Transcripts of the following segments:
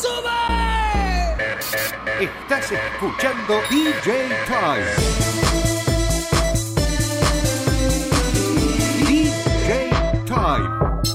sube! Estás escuchando DJ Time. DJ Time.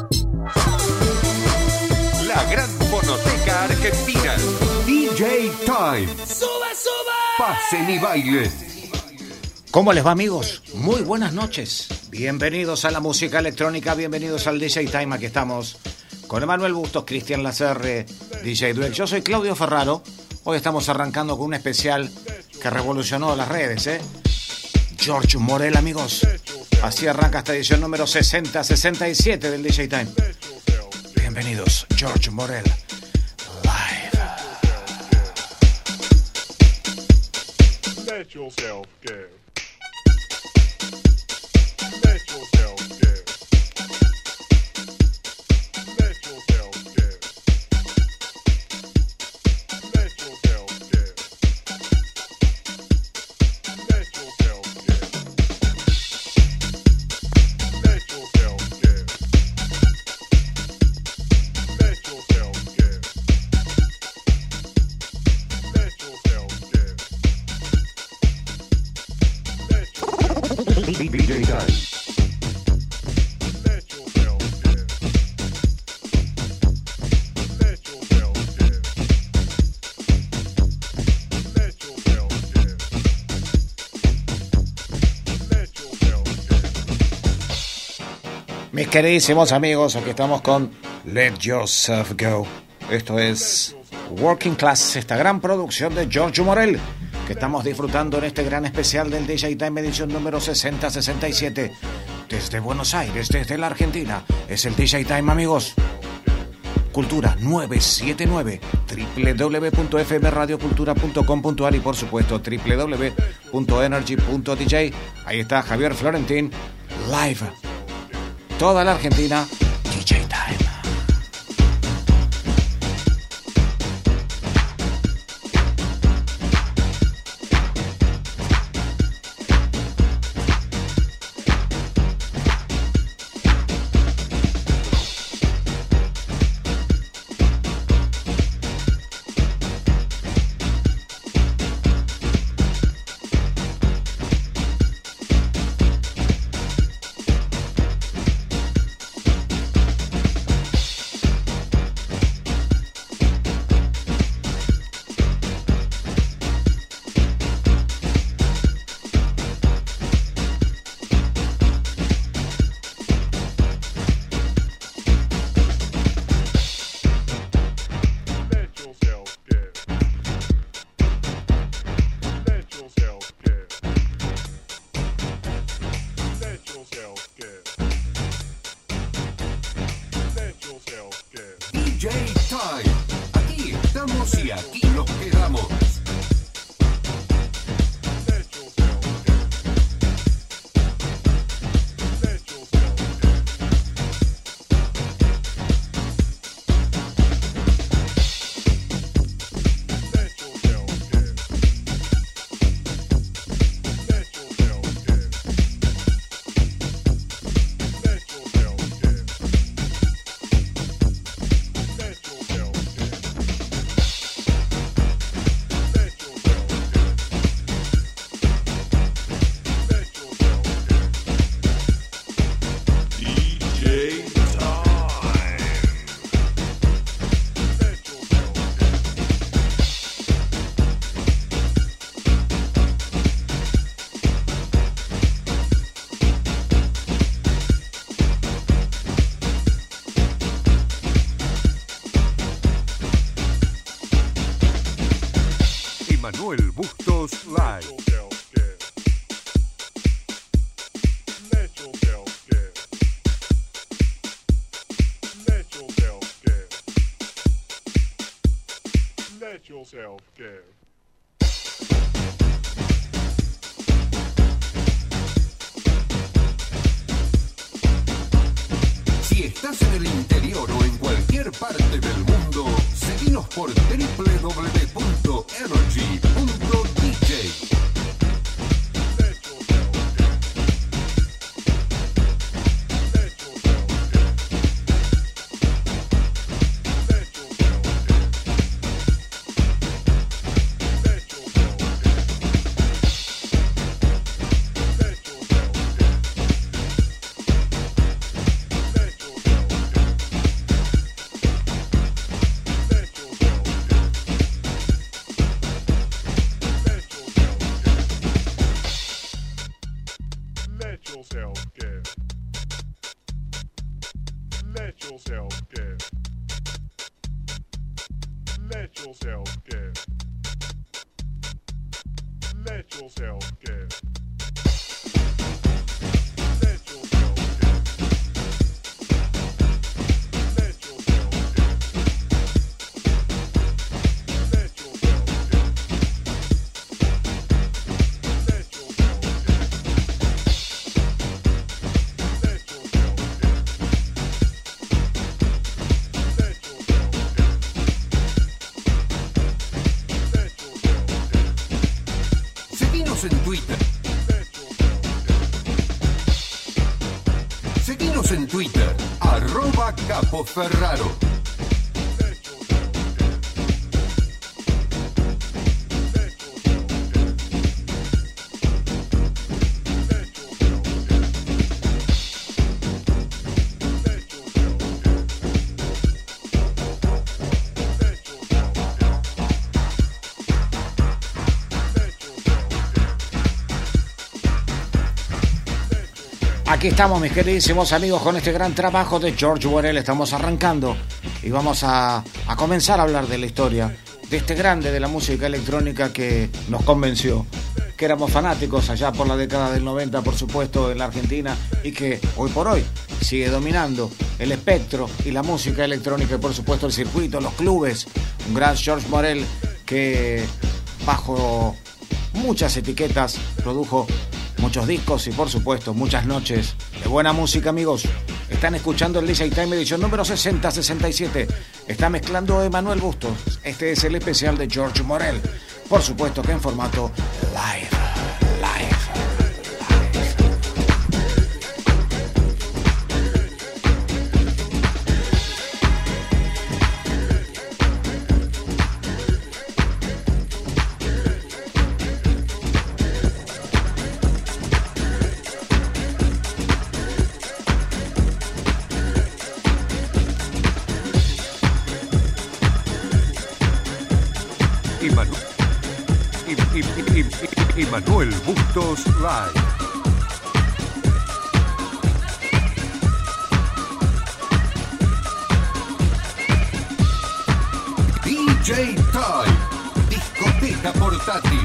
La gran fonoteca argentina. DJ Time. ¡Sube, sube! Pasen y bailen. ¿Cómo les va, amigos? Muy buenas noches. Bienvenidos a la música electrónica, bienvenidos al DJ Time. Aquí estamos con Emanuel Bustos, Cristian Lacerre, DJ Duel. Yo soy Claudio Ferraro. Hoy estamos arrancando con un especial que revolucionó las redes, George Morel, amigos. Así arranca esta edición número 60-67 del DJ Time. Bienvenidos, George Morel. Live. Let yourself go. Let yourself go. Let yourself go. Let yourself go. Let yourself go. Let yourself go. Let yourself go. Let yourself go. DJ Time. Let yourself go. Let yourself go. Let yourself go. Let yourself go. Mis queridísimos amigos, aquí estamos con Let Yourself Go. Esto es Working Class, esta gran producción de George Morel que estamos disfrutando en este gran especial del DJ Time edición número 60-67 desde Buenos Aires, desde la Argentina. Es el DJ Time, amigos. Cultura 979, www.fmradiocultura.com.ar y por supuesto www.energy.dj. Ahí está Javier Florentín, live. Toda la Argentina, DJ Time. DJ Time. Aquí estamos y aquí nos quedamos. Emanuel Bustos Live. Let yourself go. Let yourself go. Let yourself go. Si estás en el interior o en cualquier parte del mundo, seguinos por www.energy.dj. Let yourself get. Let yourself get. Let yourself get. Let yourself get. Let yourself get. Let yourself get. Let yourself Seguinos en Twitter. Seguinos en Twitter, @CapoFerraro. Aquí estamos, mis queridísimos amigos, con este gran trabajo de George Worrell. Estamos arrancando y vamos a comenzar a hablar de la historia de este grande de la música electrónica que nos convenció, que éramos fanáticos allá por la década del 90, por supuesto, en la Argentina, y que hoy por hoy sigue dominando el espectro y la música electrónica y, por supuesto, el circuito, los clubes. Un gran George Worrell que, bajo muchas etiquetas, produjo muchos discos y, por supuesto, muchas noches de buena música, amigos. Están escuchando el DJ Time edición número 60-67. Está mezclando Emanuel Bustos. Este es el especial de George Worrell. Por supuesto que en formato live. Emanuel Bustos Live. DJ Time, discoteca portátil.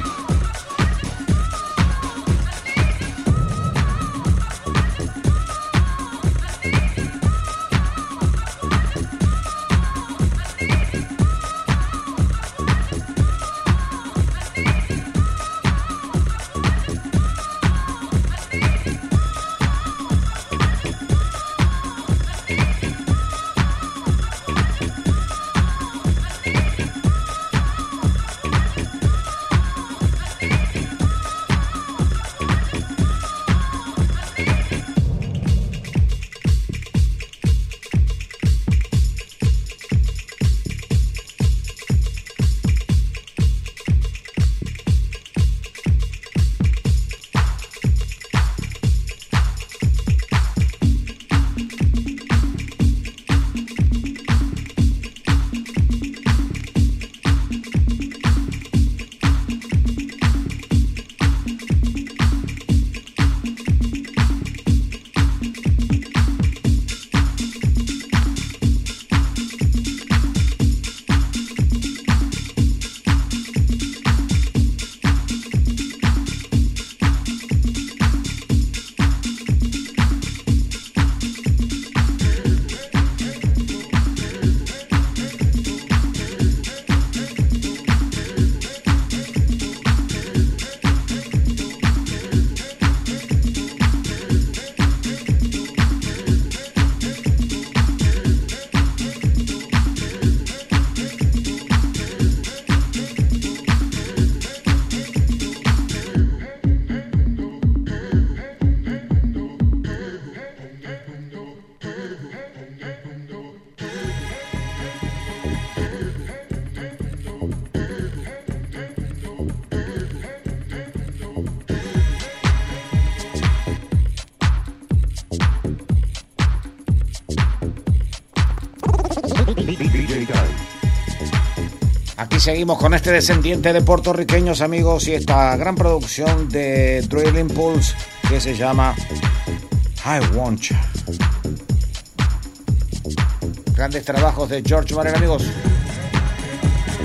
Aquí seguimos con este descendiente de puertorriqueños, amigos, y esta gran producción de Drill Impulse que se llama I Want You. Grandes trabajos de George Worrell, amigos.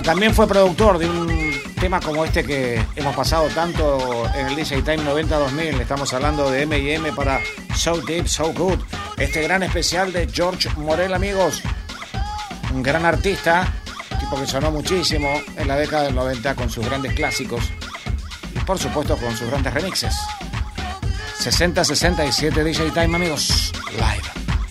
también fue productor de un tema como este que hemos pasado tanto en el DJ Time 90-2000. Estamos hablando de M&M para So Deep, So Good. Este gran especial de George Morel, amigos. Un gran artista, tipo que sonó muchísimo en la década del 90 con sus grandes clásicos y por supuesto con sus grandes remixes. 60-67 DJ Time, amigos, live.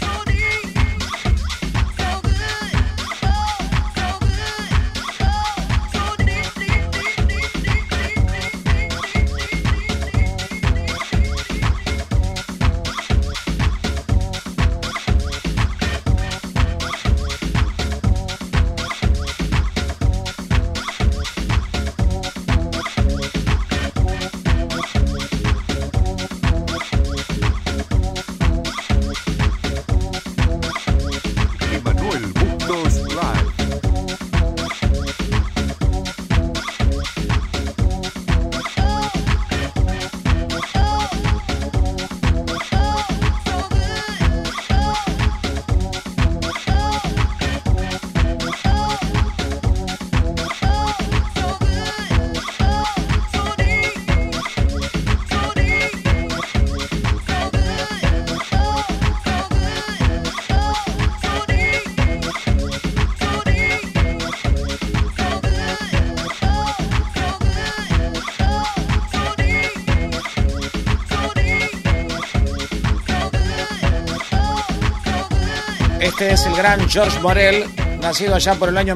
Este es el gran George Morel, nacido allá por el año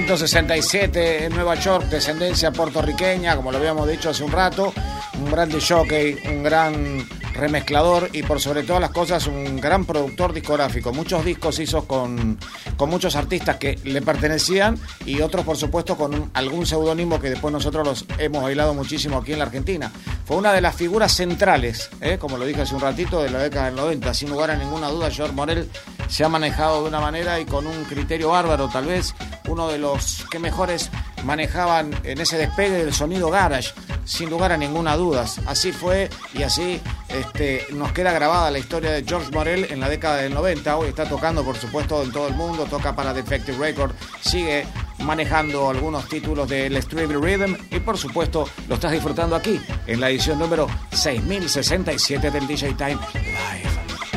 1967 en Nueva York, descendencia puertorriqueña, como lo habíamos dicho hace un rato, un gran jockey, un gran remezclador y por sobre todas las cosas un gran productor discográfico. Muchos discos hizo con muchos artistas que le pertenecían y otros por supuesto con algún seudónimo que después nosotros los hemos bailado muchísimo aquí en la Argentina. Fue una de las figuras centrales, como lo dije hace un ratito, de la década del 90. Sin lugar a ninguna duda, George Morel se ha manejado de una manera y con un criterio bárbaro, tal vez uno de los que mejores manejaban en ese despegue del sonido garage, sin lugar a ninguna duda. Así fue y así nos queda grabada la historia de George Morel en la década del 90. Hoy está tocando, por supuesto, en todo el mundo, toca para Defective Record, sigue manejando algunos títulos del Stevie Rhythm y, por supuesto, lo estás disfrutando aquí en la edición número 6067 del DJ Time Live.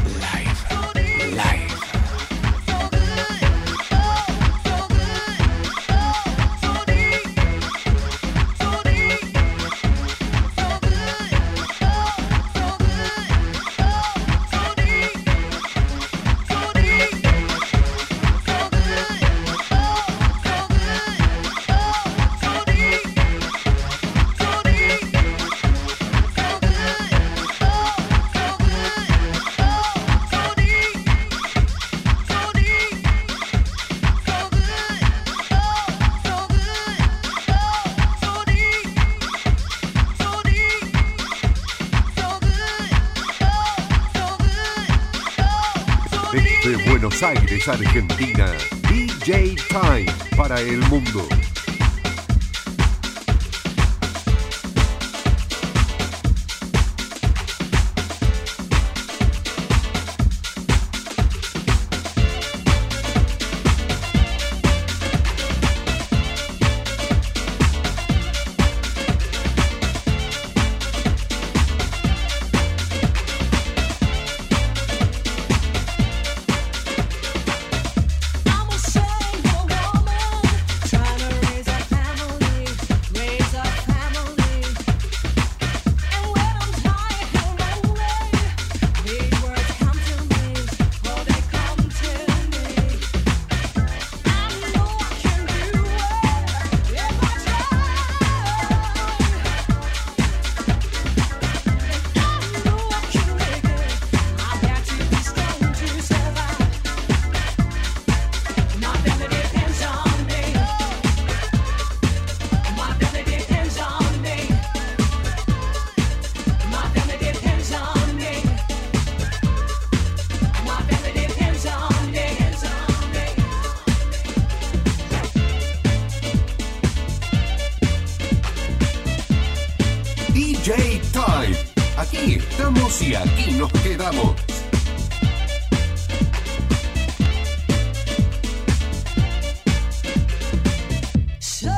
Desde Buenos Aires, Argentina, DJ Time para el mundo. DJ Time. Aquí estamos y aquí nos quedamos. So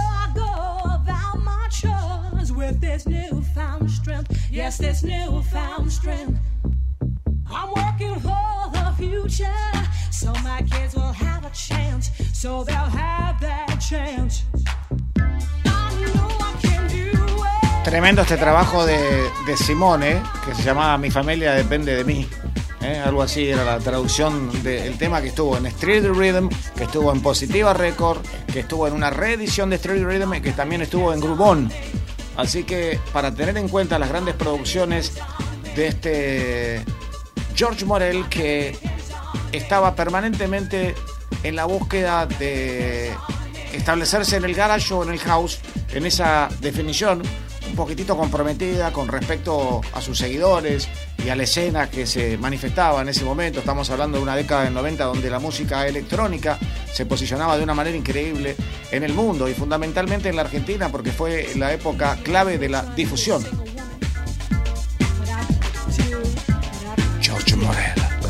Yes, this newfound strength. I'm working for the future, so my kids will have a chance, so they'll have that chance. I know I can do it. Tremendo este trabajo de Simone, que se llamaba Mi familia depende de mí. Algo así era la traducción del tema, que estuvo en Street Rhythm, que estuvo en Positiva Record, que estuvo en una reedición de Street Rhythm y que también estuvo en Groovon. Así que para tener en cuenta las grandes producciones de este George Morel, que estaba permanentemente en la búsqueda de establecerse en el garage o en el house, en esa definición un poquitito comprometida con respecto a sus seguidores y a la escena que se manifestaba en ese momento. Estamos hablando de una década del 90 donde la música electrónica se posicionaba de una manera increíble en el mundo y fundamentalmente en la Argentina, porque fue la época clave de la difusión. George Morel.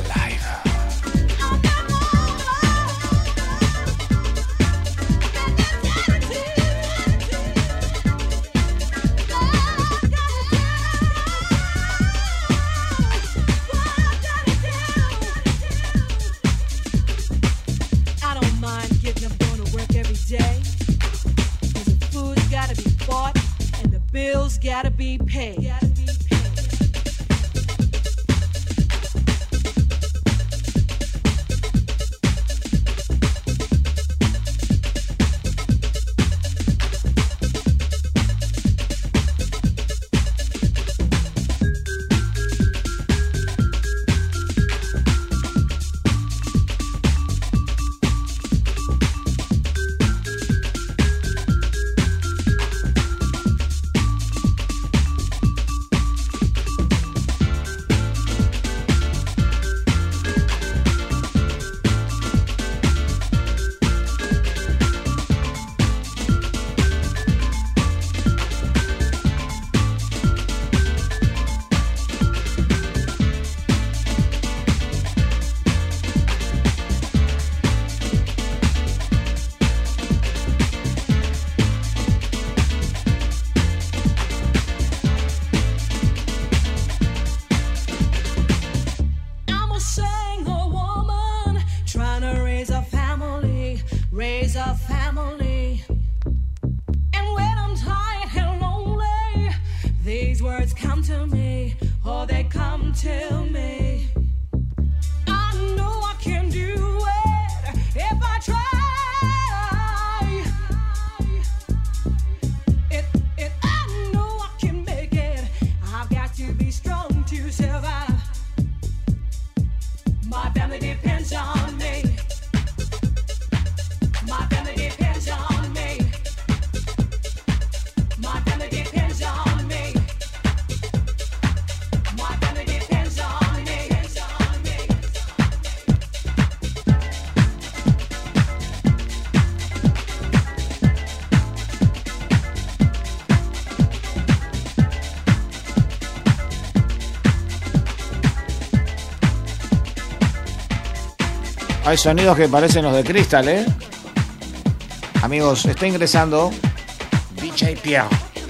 Bills gotta be paid. Hay sonidos que parecen los de Crystal, ¿eh? Amigos, está ingresando DJ Pierre.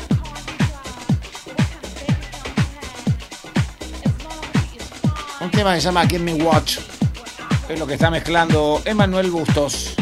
Un tema que se llama Give Me Watch. Es lo que está mezclando Emanuel Bustos.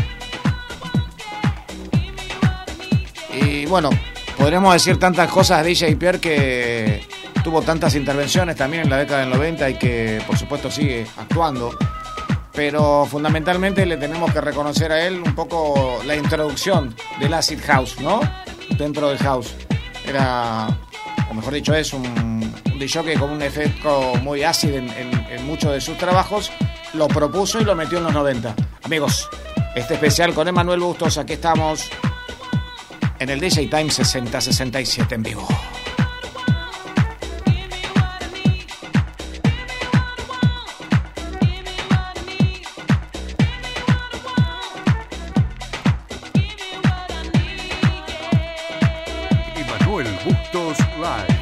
Y bueno, podremos decir tantas cosas de DJ Pierre, que tuvo tantas intervenciones también en la década del 90 y que por supuesto sigue actuando. Pero fundamentalmente le tenemos que reconocer a él un poco la introducción del acid house, ¿no? Dentro del house. Era, o mejor dicho, es un DJ con un efecto muy ácido en muchos de sus trabajos. Lo propuso y lo metió en los 90. Amigos, este especial con Emanuel Bustos, aquí estamos en el DJ Time 6067 en vivo. Bustos Live.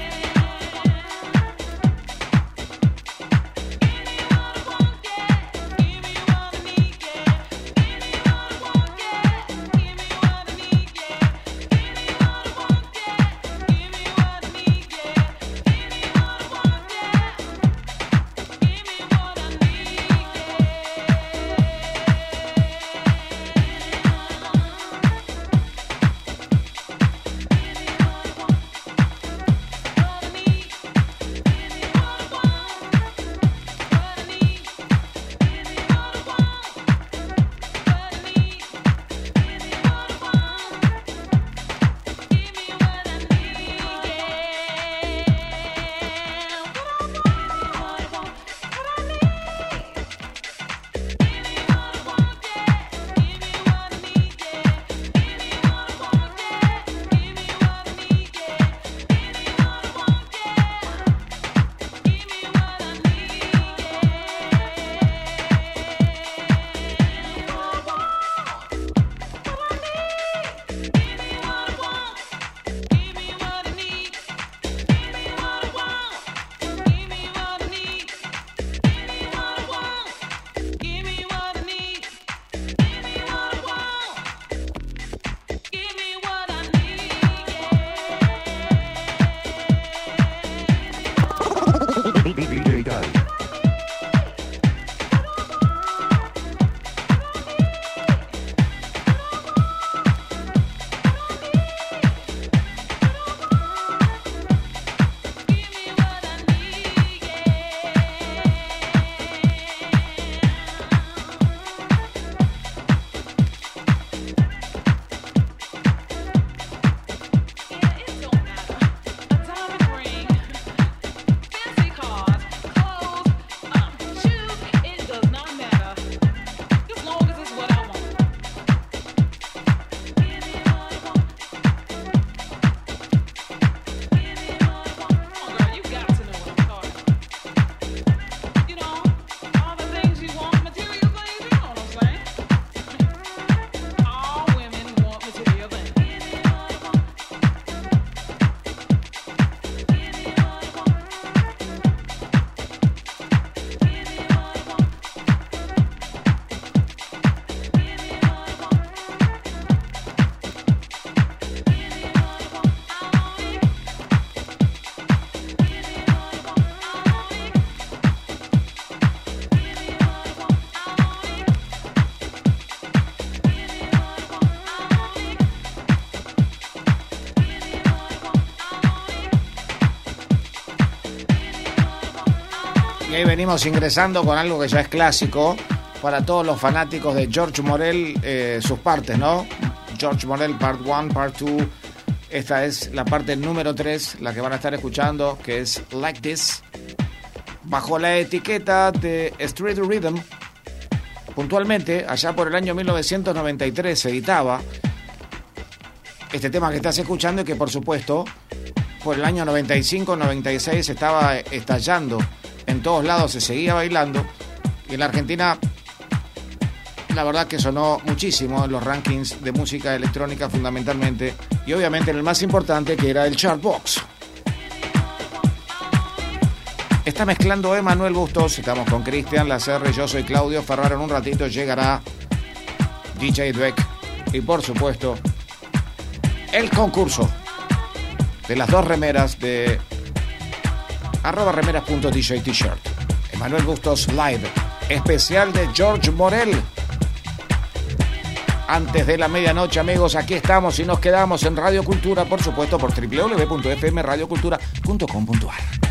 Y ahí venimos ingresando con algo que ya es clásico para todos los fanáticos de George Morel, sus partes, ¿no? George Morel Part 1, Part 2. Esta es la parte número 3, la que van a estar escuchando, que es Like This, bajo la etiqueta de Street Rhythm. Puntualmente, allá por el año 1993 se editaba este tema que estás escuchando y que, por supuesto, por el año 95-96 estaba estallando en todos lados, se seguía bailando. Y en la Argentina, la verdad que sonó muchísimo en los rankings de música electrónica fundamentalmente, y obviamente en el más importante, que era el Chartbox. Está mezclando Emanuel Bustos, estamos con Cristian Lacerre, yo soy Claudio Ferraro. En un ratito llegará DJ Dweck y, por supuesto, el concurso de las 2 remeras de @remeras.djt-shirt. Emanuel Bustos Live, especial de George Morel. Antes de la medianoche, amigos, aquí estamos y nos quedamos en Radio Cultura, por supuesto, por www.fmradiocultura.com.ar.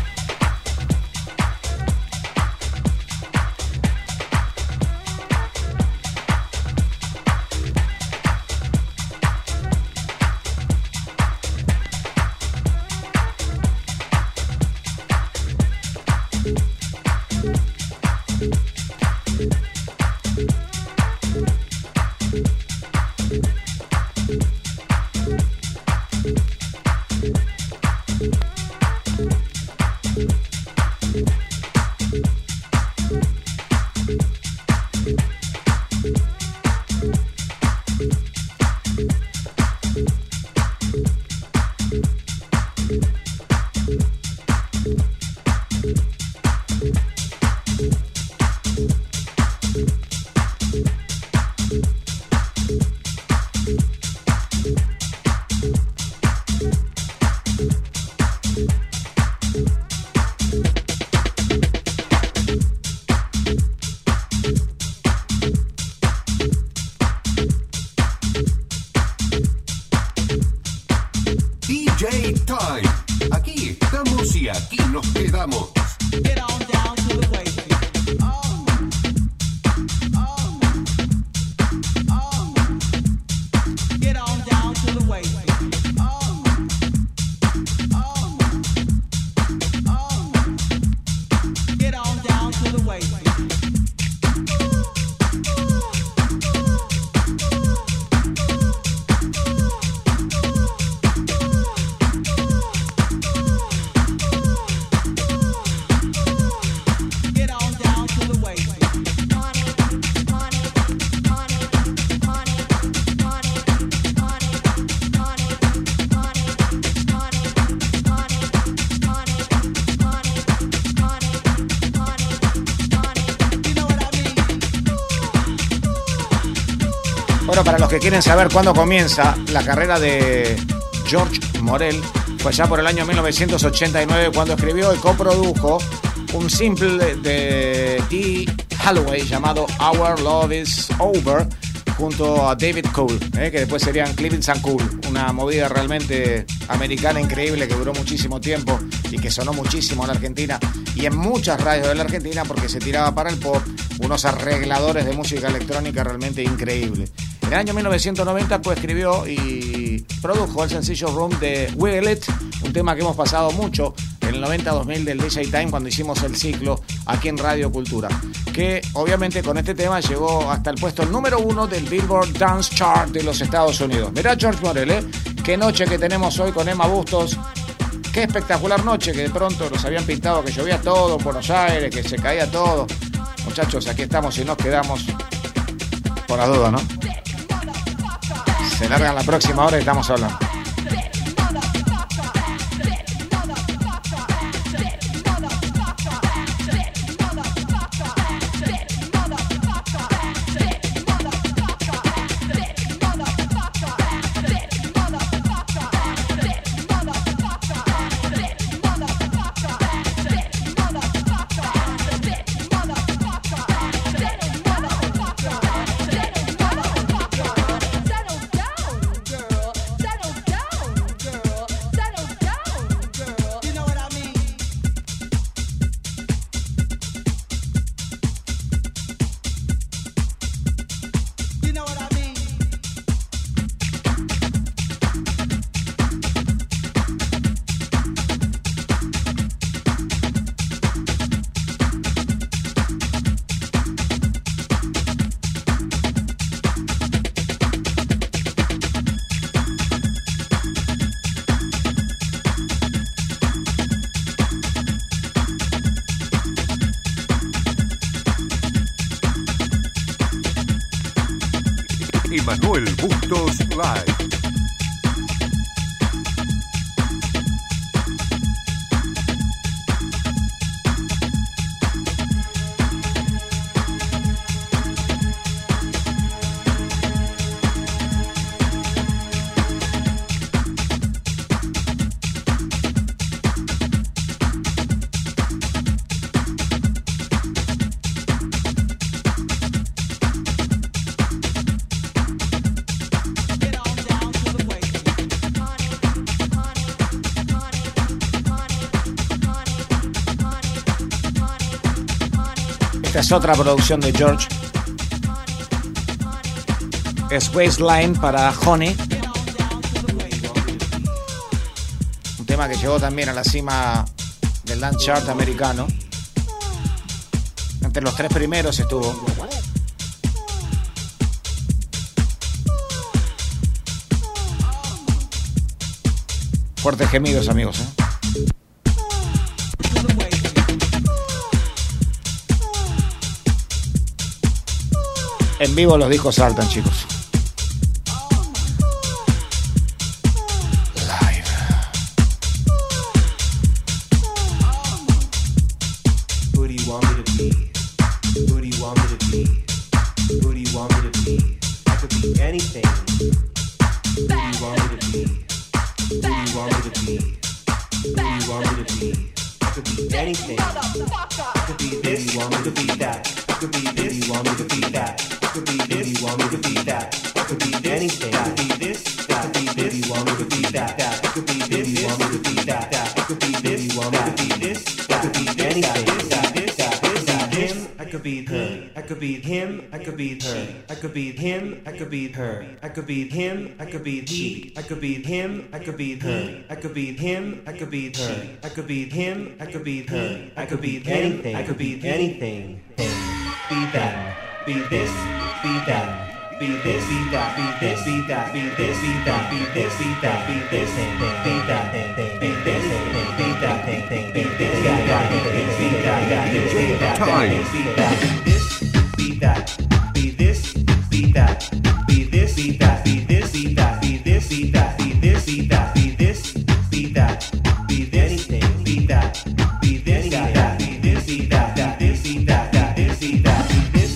DJ Time. Aquí estamos y aquí nos quedamos. Get on down to the way. Get on down to the way. Get on down to the way. Bueno, para los que quieren saber cuándo comienza la carrera de George Morel, fue ya por el año 1989 cuando escribió y coprodujo un simple de Dee Holloway llamado Our Love Is Over, junto a David Cool, que después serían Cleveland and Cool, una movida realmente americana increíble que duró muchísimo tiempo y que sonó muchísimo en la Argentina y en muchas radios de la Argentina porque se tiraba para el pop, unos arregladores de música electrónica realmente increíbles. En el año 1990 coescribió y produjo el sencillo Room de Wiggle It, un tema que hemos pasado mucho en el 90-2000 del DJ Time cuando hicimos el ciclo aquí en Radio Cultura, que obviamente con este tema llegó hasta el puesto número 1 del Billboard Dance Chart de los Estados Unidos. Mirá George Morel, qué noche que tenemos hoy con Emma Bustos, qué espectacular noche, que de pronto nos habían pintado que llovía todo en Buenos Aires, que se caía todo. Muchachos, aquí estamos y nos quedamos por las dudas, ¿no? Se largan la próxima hora y estamos hablando. Settle Emanuel Bustos Live. Esta es otra producción de George. Es Waistline para Honey. Un tema que llegó también a la cima del Dance Chart americano. Entre los 3 primeros estuvo. Fuertes gemidos, amigos, ¿eh? En vivo los discos saltan, chicos. Live. Who do you want me to be? Who do you want me to be? Who do you want me to be? I could be anything. Who do you want me to be? Who do you want me to be? Who do you want me to be? I could be anything. I could be this. You want me to be that? I could be this. You want me to be that? Could be this, you want me to be that. Could be anything. Could be this, that. Could be this, you want me to be that. That could be this, you want me to be that. That could be this, you want me to be this. That could be anything. That this, that this, him. I could be her. I could be him. I could be her. I could be him. I could be her. I could be him. I could be he. I could be him. I could be her. I could be him. I could be her. I could be him. I could be her. I could be anything. I could be anything. Be that. Be this, be that, be this, be that, be this, be that, be this, be that, be this, be that, be this, be that, be this, be that, be this, be that, be that, be that, be this, be that, be this, be that, be this, be that, be this, be that, be this, be that, be this, be that, be anything, be that, be this, be that, be this, be that, that this, be that, that this, be that, be this.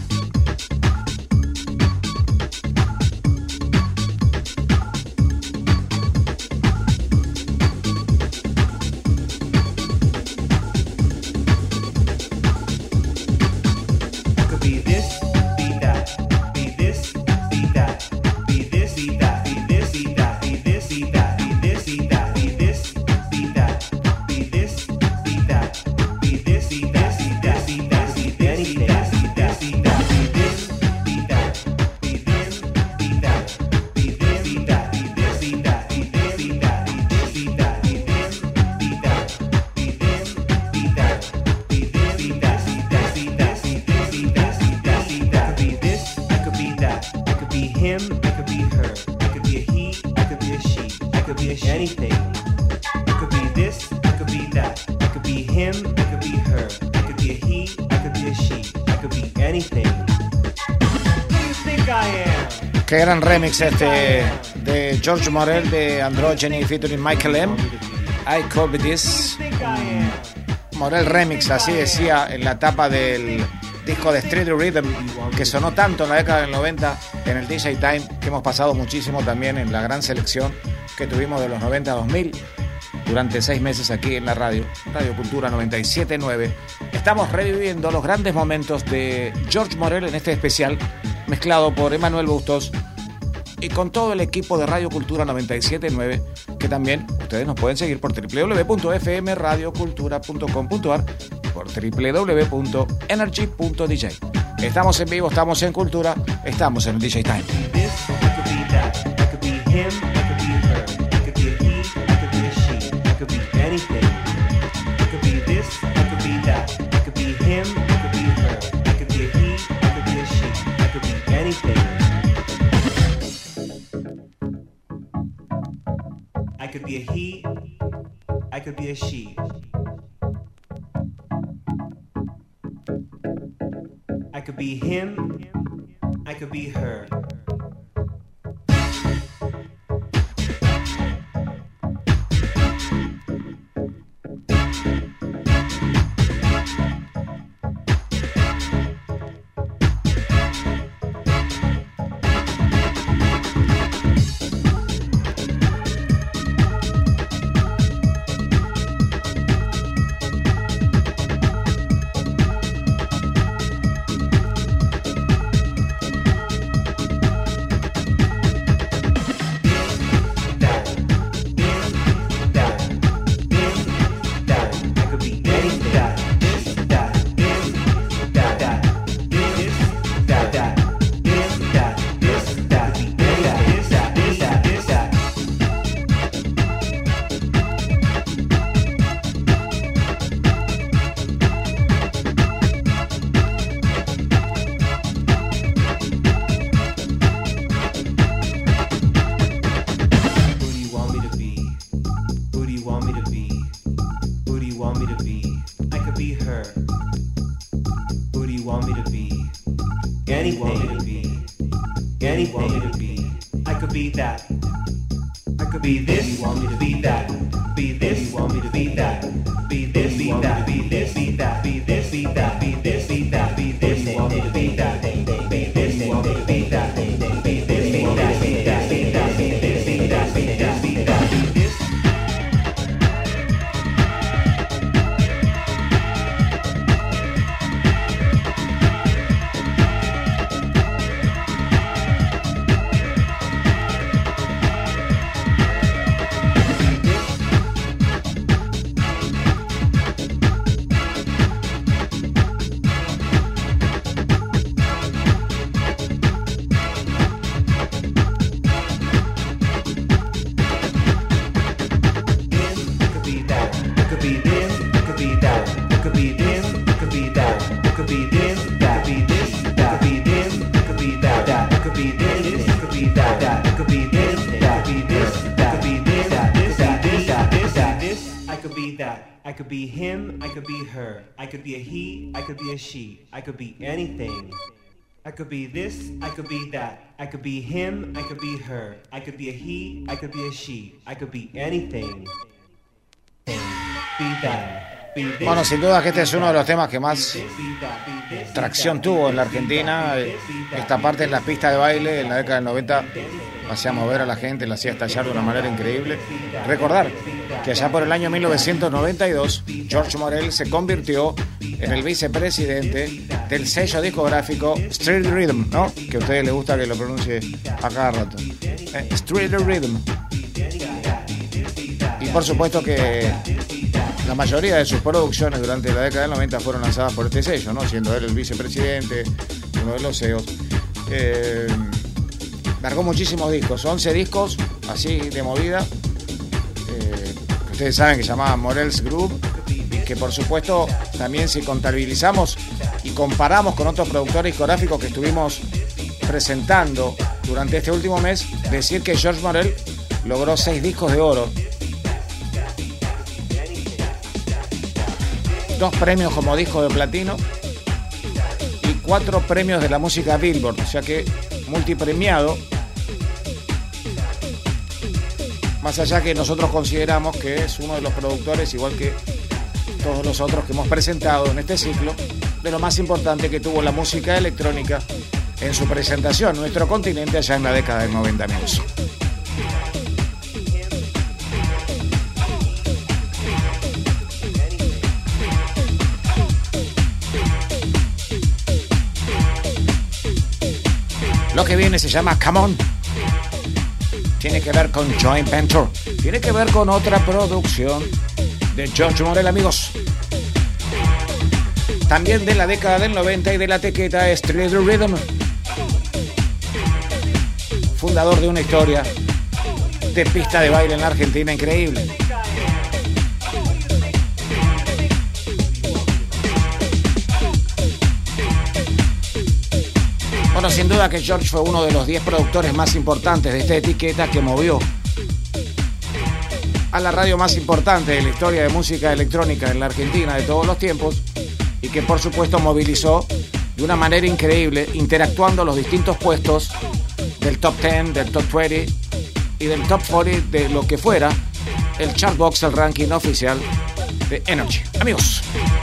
Qué gran remix este de George Morel de Androgyny featuring Michael M. I Could Be This. Morel remix, así decía en la tapa del disco de Street Rhythm, que sonó tanto en la década del 90 en el DJ Time, que hemos pasado muchísimo también en la gran selección que tuvimos de los 90 a 2000 durante 6 meses aquí en la Radio Cultura 97.9. Estamos reviviendo los grandes momentos de George Morel en este especial, mezclado por Emanuel Bustos y con todo el equipo de Radio Cultura 97.9, que también ustedes nos pueden seguir por www.fmradiocultura.com.ar, por www.energy.dj. Estamos en vivo, estamos en Cultura, estamos en el DJ Time. I could be a he, I could be a she. I could be him, I could be her. me to be? I could be her. Who do you want me to be? Anything to be. Anything to be. I could be that. I could be this. You want me to be that? Be this. You want me to be that? Be this. Be that. Be this. Be that. Be this. Be that. Be this. Be that. Be this. You want me to be that? Be this. You want me to be that? Be this. Be that. Be that. Be that. Be this. Be that. Be that. Be that. Be this. I could be him, I could be her. I could be a he, I could be a she. I could be anything. I could be this, I could be that. I could be him, I could be her. I could be a he, I could be a she. I could be anything. Be that. Be this. Bueno, sin duda que este es uno de los temas que más tracción tuvo en la Argentina. Esta parte en las pistas de baile en la década del 90 hacía mover a la gente, la hacía estallar de una manera increíble. Recordar que allá por el año 1992 George Morel se convirtió en el vicepresidente del sello discográfico Street Rhythm, ¿no? Que a ustedes les gusta que lo pronuncie a cada rato. Street Rhythm. Y por supuesto que la mayoría de sus producciones durante la década del 90 fueron lanzadas por este sello, ¿no? Siendo él el vicepresidente, uno de los CEOs. Largó muchísimos discos, 11 discos, así de movida. Ustedes saben que se llamaba Morel's Group, que por supuesto también si contabilizamos y comparamos con otros productores discográficos que estuvimos presentando durante este último mes, decir que George Morel logró 6 discos de oro, 2 premios como disco de platino y 4 premios de la música Billboard, o sea que multipremiado. Más allá que nosotros consideramos que es uno de los productores, igual que todos los otros que hemos presentado en este ciclo, de lo más importante que tuvo la música electrónica en su presentación en nuestro continente allá en la década del 90, amigos. Lo que viene se llama Come On. Tiene que ver con Joint Venture. Tiene que ver con otra producción de George Morel, amigos. También de la década del 90 y de la etiqueta Street Rhythm. Fundador de una historia de pista de baile en la Argentina increíble. Bueno, sin duda que George fue uno de los 10 productores más importantes de esta etiqueta que movió a la radio más importante de la historia de música electrónica en la Argentina de todos los tiempos y que por supuesto movilizó de una manera increíble, interactuando los distintos puestos del top 10, del top 20 y del top 40 de lo que fuera el Chartbox, el ranking oficial de Energy. Amigos,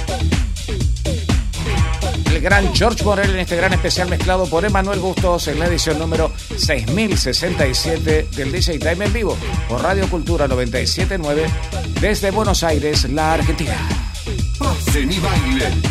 el gran George Morel en este gran especial mezclado por Emanuel Bustos en la edición número 6067 del DJ Time en vivo por Radio Cultura 97.9 desde Buenos Aires, la Argentina. Pasen y bailen.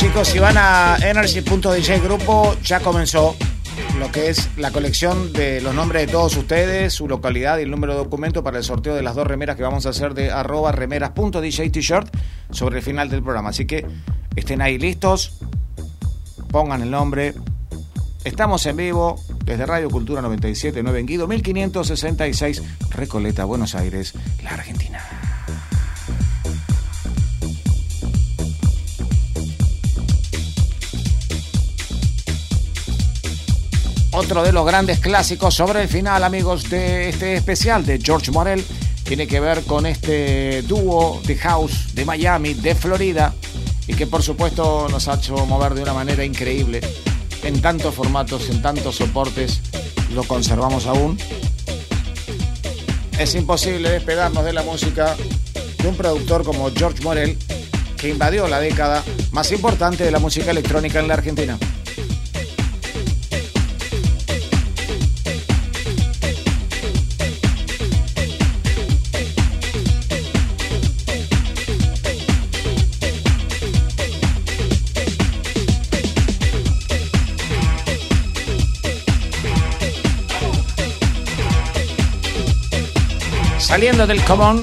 Chicos, si van a energy.dj grupo, ya comenzó lo que es la colección de los nombres de todos ustedes, su localidad y el número de documento para el sorteo de las 2 remeras que vamos a hacer de @remeras.dj-t-shirt sobre el final del programa. Así que estén ahí listos, pongan el nombre. Estamos en vivo desde Radio Cultura 97.9 en Guido 1566, Recoleta, Buenos Aires, la Argentina. Otro de los grandes clásicos sobre el final, amigos, de este especial de George Morel tiene que ver con este dúo de house de Miami, de Florida, y que por supuesto nos ha hecho mover de una manera increíble en tantos formatos, en tantos soportes. Lo conservamos aún. Es imposible despegarnos de la música de un productor como George Morel, que invadió la década más importante de la música electrónica en la Argentina. Saliendo del Common,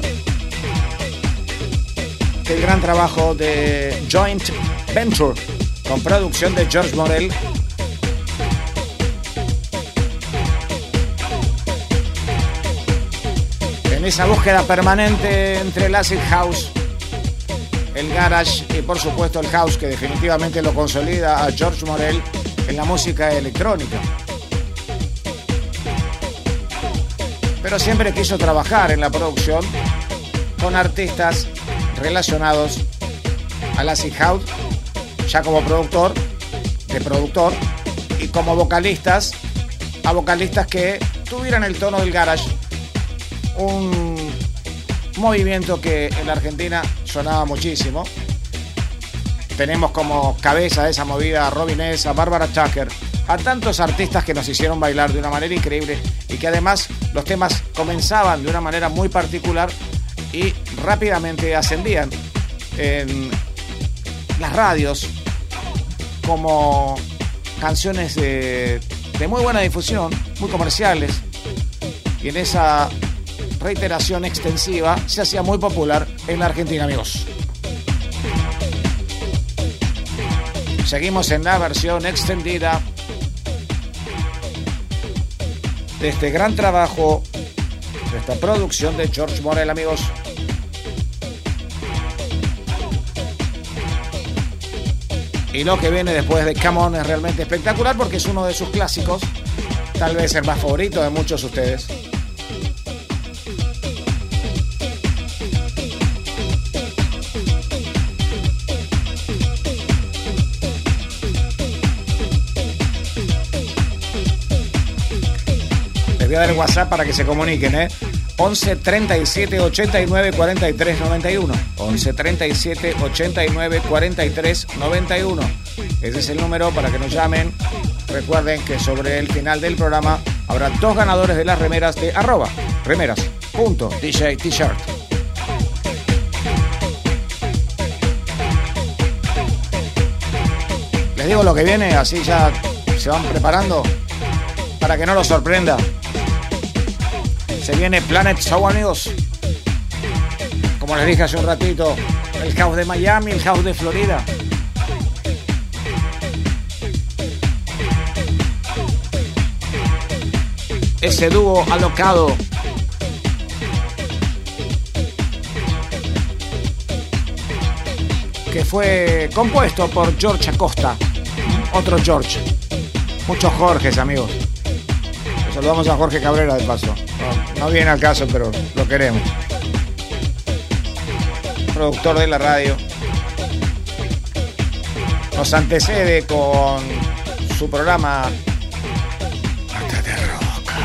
el gran trabajo de Joint Venture con producción de George Morel. En esa búsqueda permanente entre el acid house, el garage y por supuesto el house, que definitivamente lo consolida a George Morel en la música electrónica. Pero siempre quiso trabajar en la producción con artistas relacionados al acid house, ya como productor y como vocalistas, a vocalistas que tuvieran el tono del garage, un movimiento que en la Argentina sonaba muchísimo. Tenemos como cabeza de esa movida a Robin S., a Barbara Tucker, a tantos artistas que nos hicieron bailar de una manera increíble y que además los temas comenzaban de una manera muy particular y rápidamente ascendían en las radios como canciones de muy buena difusión, muy comerciales, y en esa reiteración extensiva se hacía muy popular en la Argentina, amigos. Seguimos en la versión extendida de este gran trabajo, de esta producción de George Morel, amigos. Y lo que viene después de Come On es realmente espectacular porque es uno de sus clásicos, tal vez el más favorito de muchos de ustedes. Les voy a dar el WhatsApp para que se comuniquen, 11 37 89 43 91. 11 37 89 43 91. Ese es el número para que nos llamen. Recuerden que sobre el final del programa habrá 2 ganadores de las remeras de @remeras.dj-t-shirt. Les digo lo que viene, así ya se van preparando para que no los sorprenda. Se viene Planet Show, amigos. Como les dije hace un ratito, el house de Miami, el house de Florida. Ese dúo alocado que fue compuesto por George Acosta, otro George. Muchos Jorges, amigos. Saludamos a Jorge Cabrera de paso. No viene al caso, pero lo queremos. Productor de la radio. Nos antecede con su programa Mate de Roca.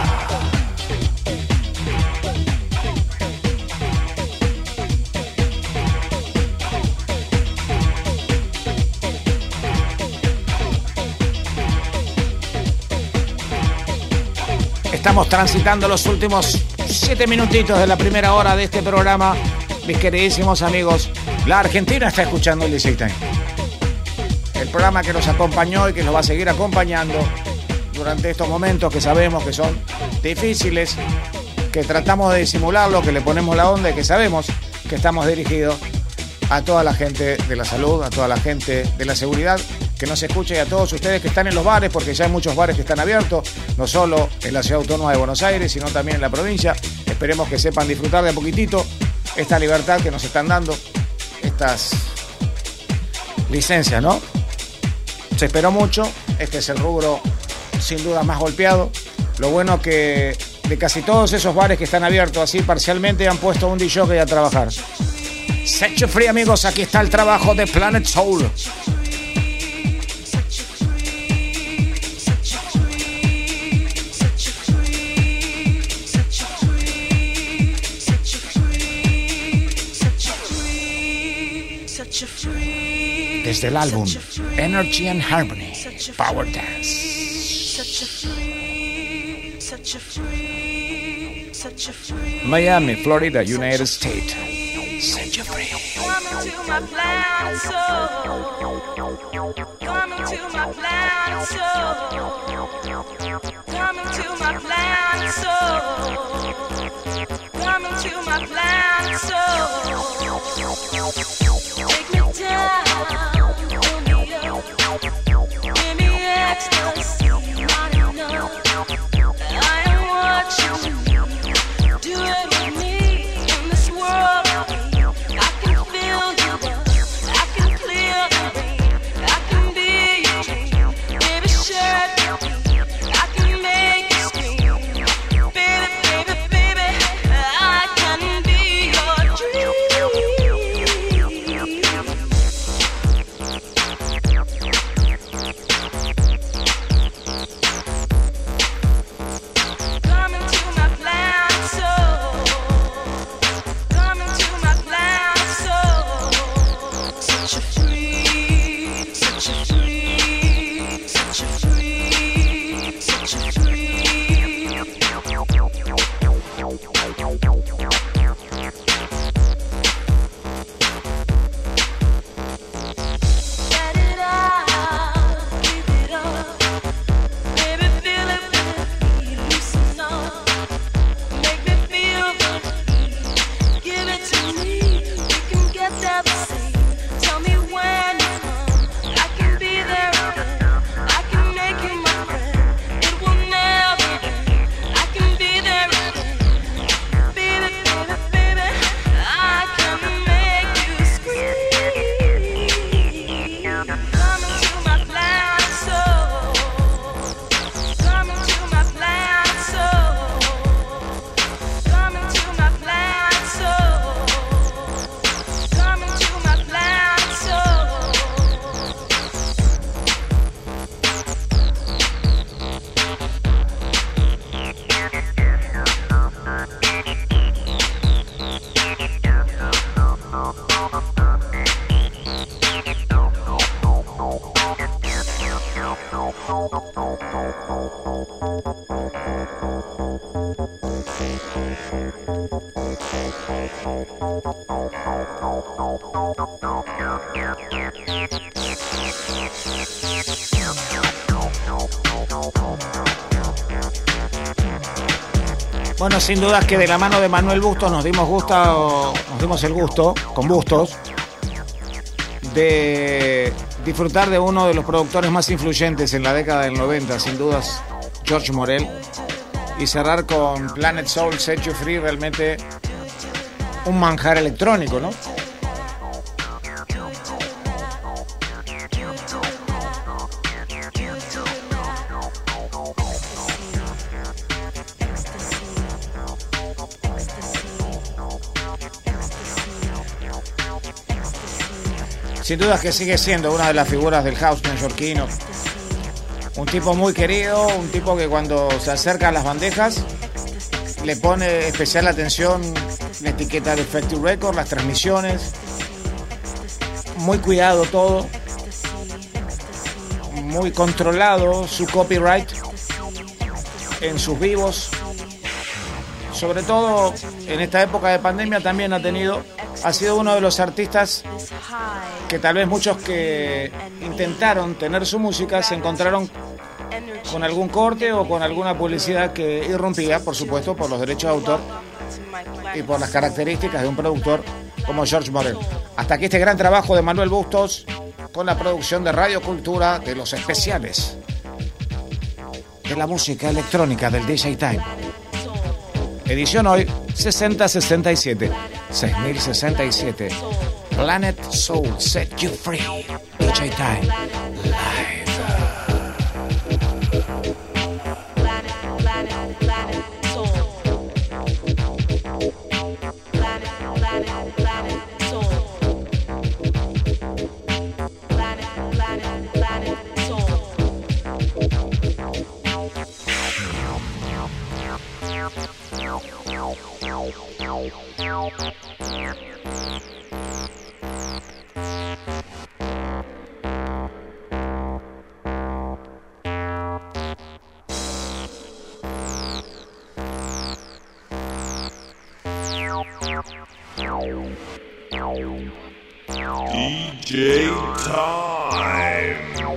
Estamos transitando los últimos 7 minutitos de la primera hora de este programa. Mis queridísimos amigos, la Argentina está escuchando el DJ Time. el programa que nos acompañó y que nos va a seguir acompañando durante estos momentos que sabemos que son difíciles, que tratamos de disimularlo, que le ponemos la onda y que sabemos que estamos dirigidos a toda la gente de la salud, a toda la gente de la seguridad que nos escucha y a todos ustedes que están en los bares, porque ya hay muchos bares que están abiertos, no solo en la Ciudad Autónoma de Buenos Aires, sino también en la provincia. Esperemos que sepan disfrutar de a poquitito esta libertad que nos están dando, estas licencias, ¿no? Se esperó mucho, este es el rubro sin duda más golpeado. Lo bueno que de casi todos esos bares que están abiertos así parcialmente han puesto un DJ a trabajar. Set You Free, amigos, aquí está el trabajo de Planet Soul. Desde el álbum Energy and Harmony, Power Dance. Miami, Florida, United States. Set you free. Coming to my planet soul. Coming to my planet soul. Coming to my planet soul. Coming to my planet soul. Take me down, fill me up, give me ecstasy, not enough. I am what you do it with me in this world. Bueno, sin dudas que de la mano de Manuel Bustos nos dimos el gusto, con Bustos, de disfrutar de uno de los productores más influyentes en la década del 90, sin dudas, George Morel, y cerrar con Planet Soul, Set You Free, realmente un manjar electrónico, ¿no? Sin duda que sigue siendo una de las figuras del house neoyorquino. Un tipo muy querido, un tipo que cuando se acerca a las bandejas le pone especial atención la etiqueta de Effective Record, las transmisiones. Muy cuidado todo. Muy controlado su copyright en sus vivos. Sobre todo en esta época de pandemia también ha sido uno de los artistas que tal vez muchos que intentaron tener su música se encontraron con algún corte o con alguna publicidad que irrumpía, por supuesto, por los derechos de autor y por las características de un productor como George Morel. Hasta aquí este gran trabajo de Manuel Bustos con la producción de Radio Cultura de los especiales de la música electrónica del DJ Time. Edición hoy 6067, 6067. Planet Soul Set You Free. DJ Time Live. DJ Time.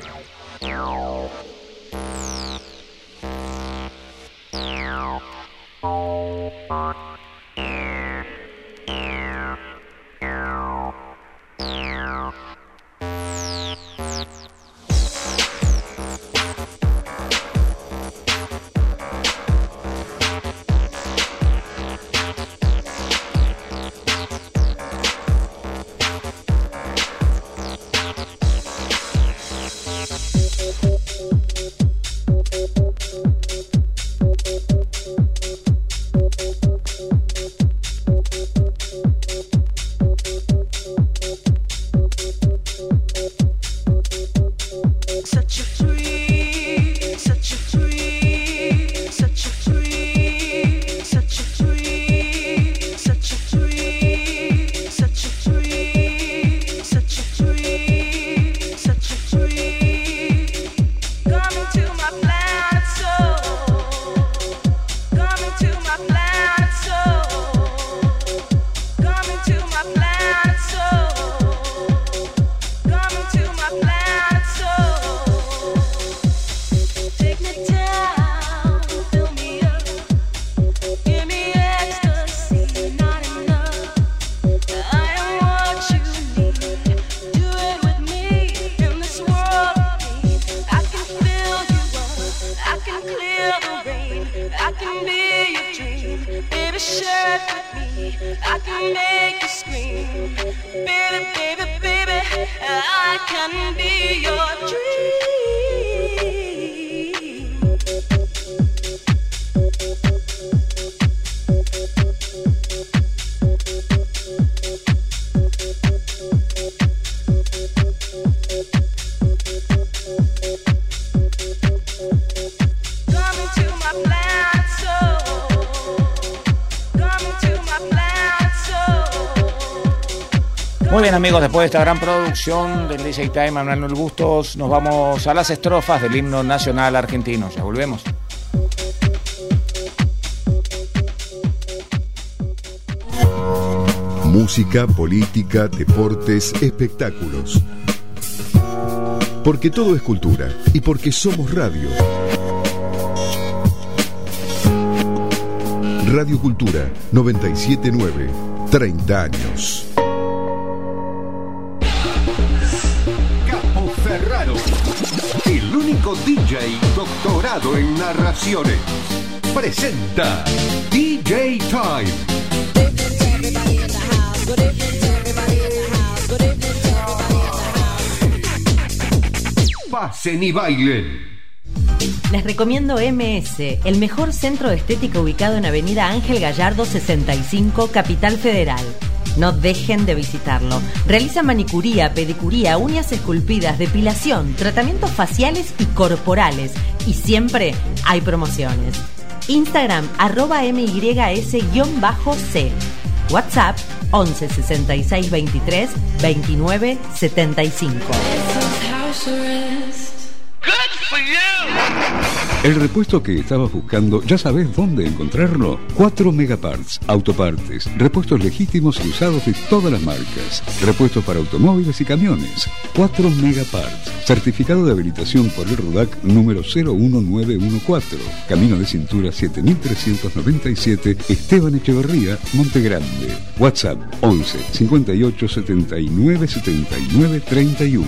Muy bien, amigos, después de esta gran producción del DJ Time, Manuel Bustos, nos vamos a las estrofas del himno nacional argentino. Ya volvemos. Música, política, deportes, espectáculos. Porque todo es cultura y porque somos radio. Radio Cultura 979, 30 años. Capo Ferraro, el único DJ doctorado en narraciones, presenta DJ Time. Pasen y bailen. Les recomiendo MS, el mejor centro de estética ubicado en Avenida Ángel Gallardo 65, Capital Federal. No dejen de visitarlo. Realizan manicuría, pedicuría, uñas esculpidas, depilación, tratamientos faciales y corporales. Y siempre hay promociones. Instagram @MYS_C. WhatsApp 11 66 23 29 75. Go! El repuesto que estabas buscando, ¿ya sabes dónde encontrarlo? 4 Megaparts, autopartes, repuestos legítimos y usados de todas las marcas, repuestos para automóviles y camiones. 4 Megaparts, certificado de habilitación por el RUDAC número 01914, Camino de Cintura 7397, Esteban Echeverría, Montegrande. WhatsApp 11 58 79 79 31.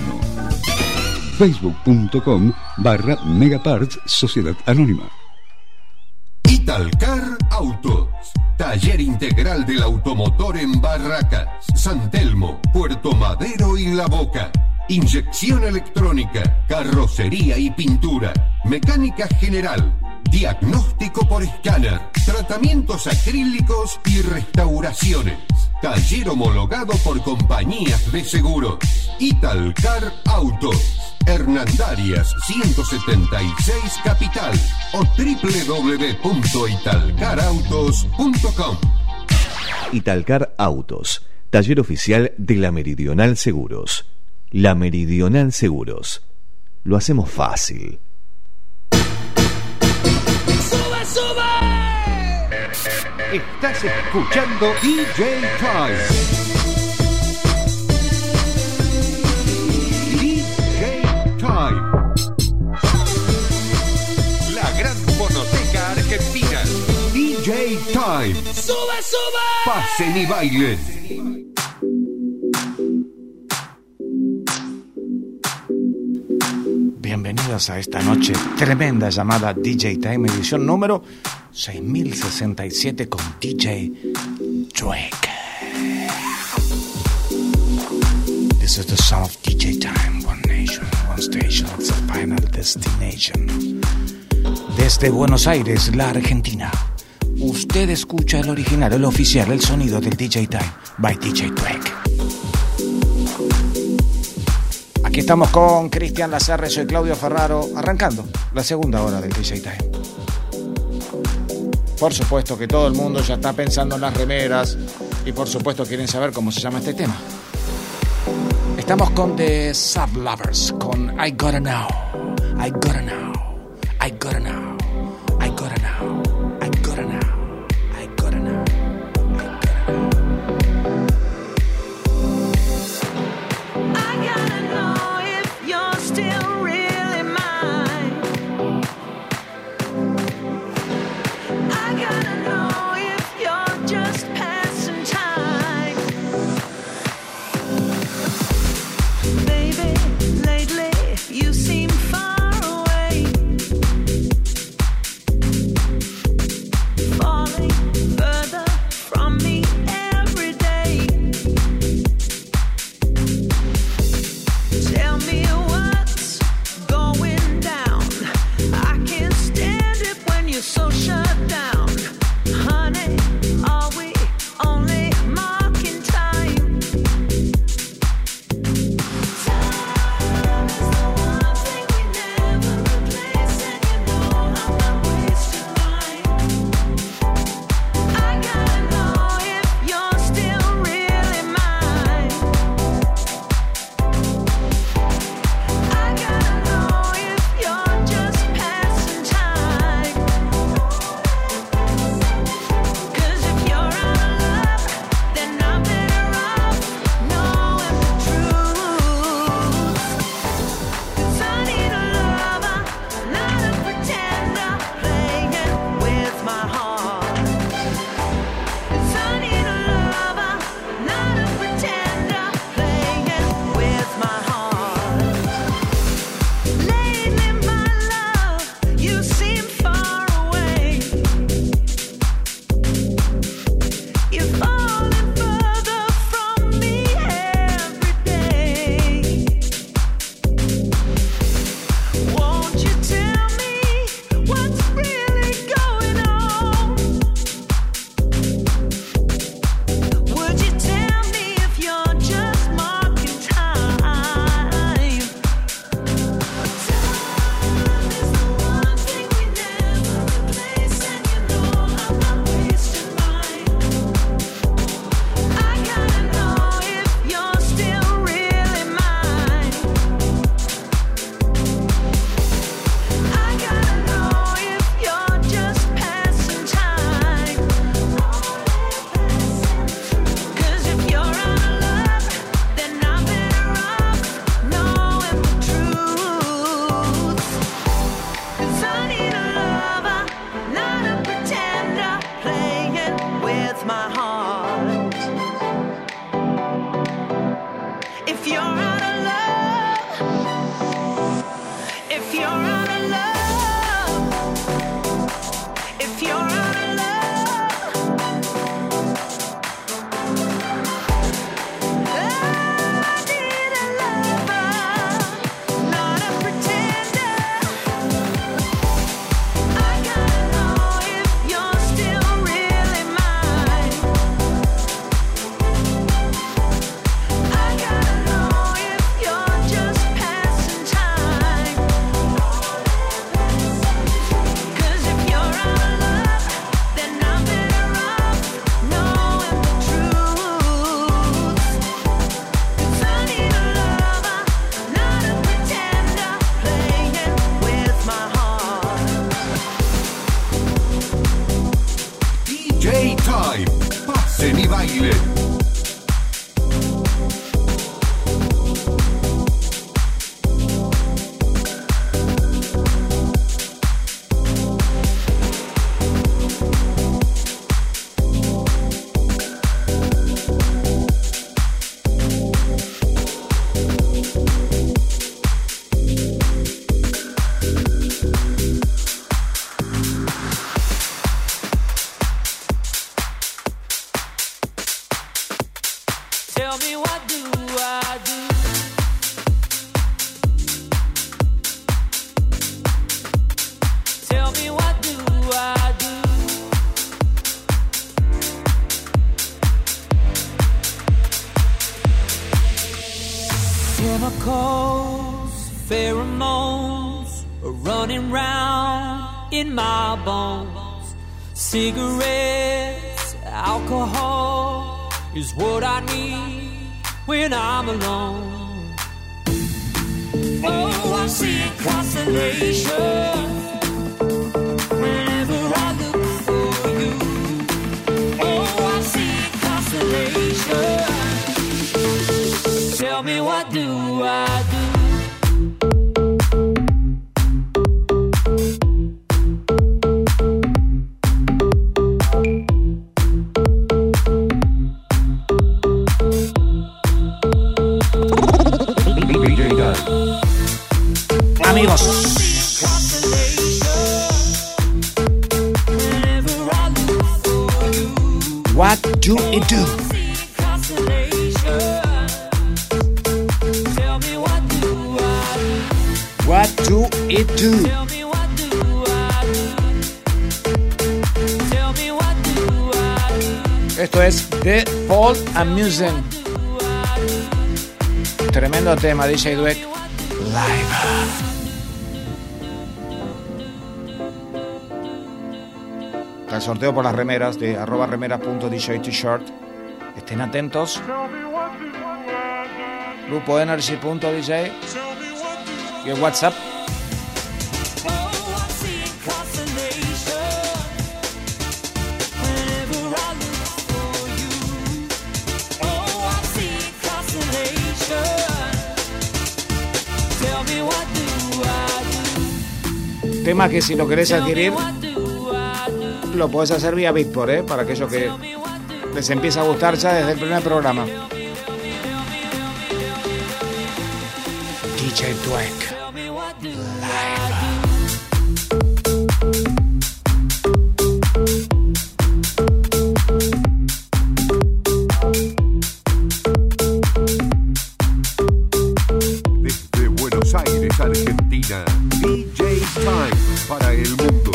Facebook.com/Megaparts Sociedad Anónima. Italcar Autos, taller integral del automotor en Barracas, San Telmo, Puerto Madero y La Boca. Inyección electrónica, carrocería y pintura, mecánica general, diagnóstico por escáner, tratamientos acrílicos y restauraciones. Taller homologado por compañías de seguros. Italcar Autos. Hernandarias 176 Capital o www.italcarautos.com. Italcar Autos, taller oficial de la Meridional Seguros. La Meridional Seguros. Lo hacemos fácil. ¡Sube, sube! Estás escuchando DJ Time. La gran fonoteca argentina. DJ Time. ¡Sube, sube! Pasen y bailen. Bienvenidos a esta noche tremenda llamada DJ Time, edición número 6067 con DJ Drake. This is the sound of DJ Time, one nation, one station, it's the final destination. Desde Buenos Aires, la Argentina, usted escucha el original, el oficial, el sonido del DJ Time by DJ Drake. Aquí estamos con Cristian Lacerre, soy Claudio Ferraro, arrancando la segunda hora del DJ Time. Por supuesto que todo el mundo ya está pensando en las remeras y por supuesto quieren saber cómo se llama este tema. Estamos con The Sub Lovers, con I Gotta Know, I Gotta Know, I Gotta Know, I Gotta Know, I Gotta Know, I Gotta Know, I Gotta Know. I gotta know if you're still really mine. I gotta know if you're just passing time. Baby, lately you seem far away, falling further from me every day. Tell me what's you're out of love, if you're out of J-Time, pasen y bailen. Tell me what do I do? Tell me what do I do? Chemicals, pheromones are running round in my bones. Cigarettes, alcohol is what I need when I'm alone. Oh, I see constellations whenever I look for you. Oh, I see constellations. Tell me what do I do? Amigos, what do it do? What do it do? Esto es The Folk Amusing. Tremendo tema, DJ Dweck. Live. El sorteo por las remeras de @remeras.djtshirt. Estén atentos. Grupo Energy.dj y el WhatsApp. Tema que si lo querés adquirir lo podés hacer vía Bitport, para aquellos que les empieza a gustar ya desde el primer programa. DJ Dweck Live. Desde Buenos Aires, Argentina, DJ Time para el mundo.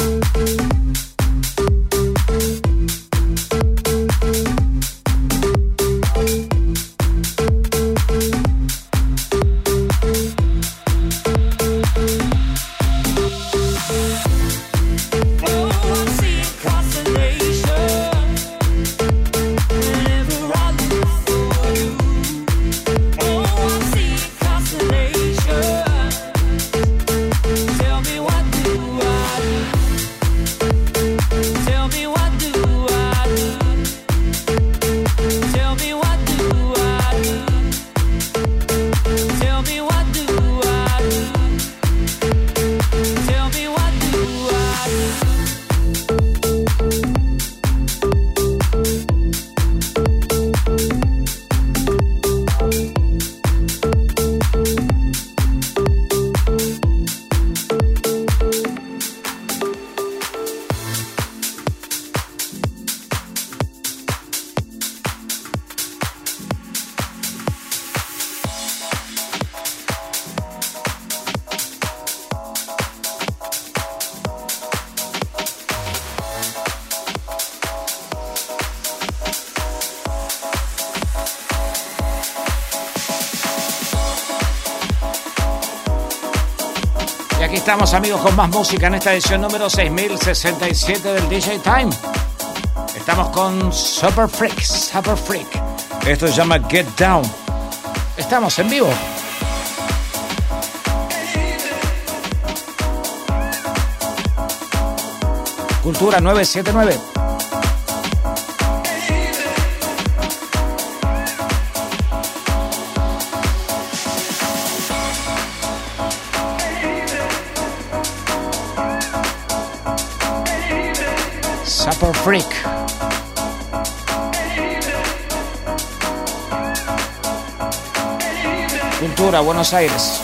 Y aquí estamos, amigos, con más música en esta edición número 6067 del DJ Time. Estamos con Super Freak. Esto se llama Get Down. Estamos en vivo. Cultura 979. Super Freak. Cultura, Buenos Aires.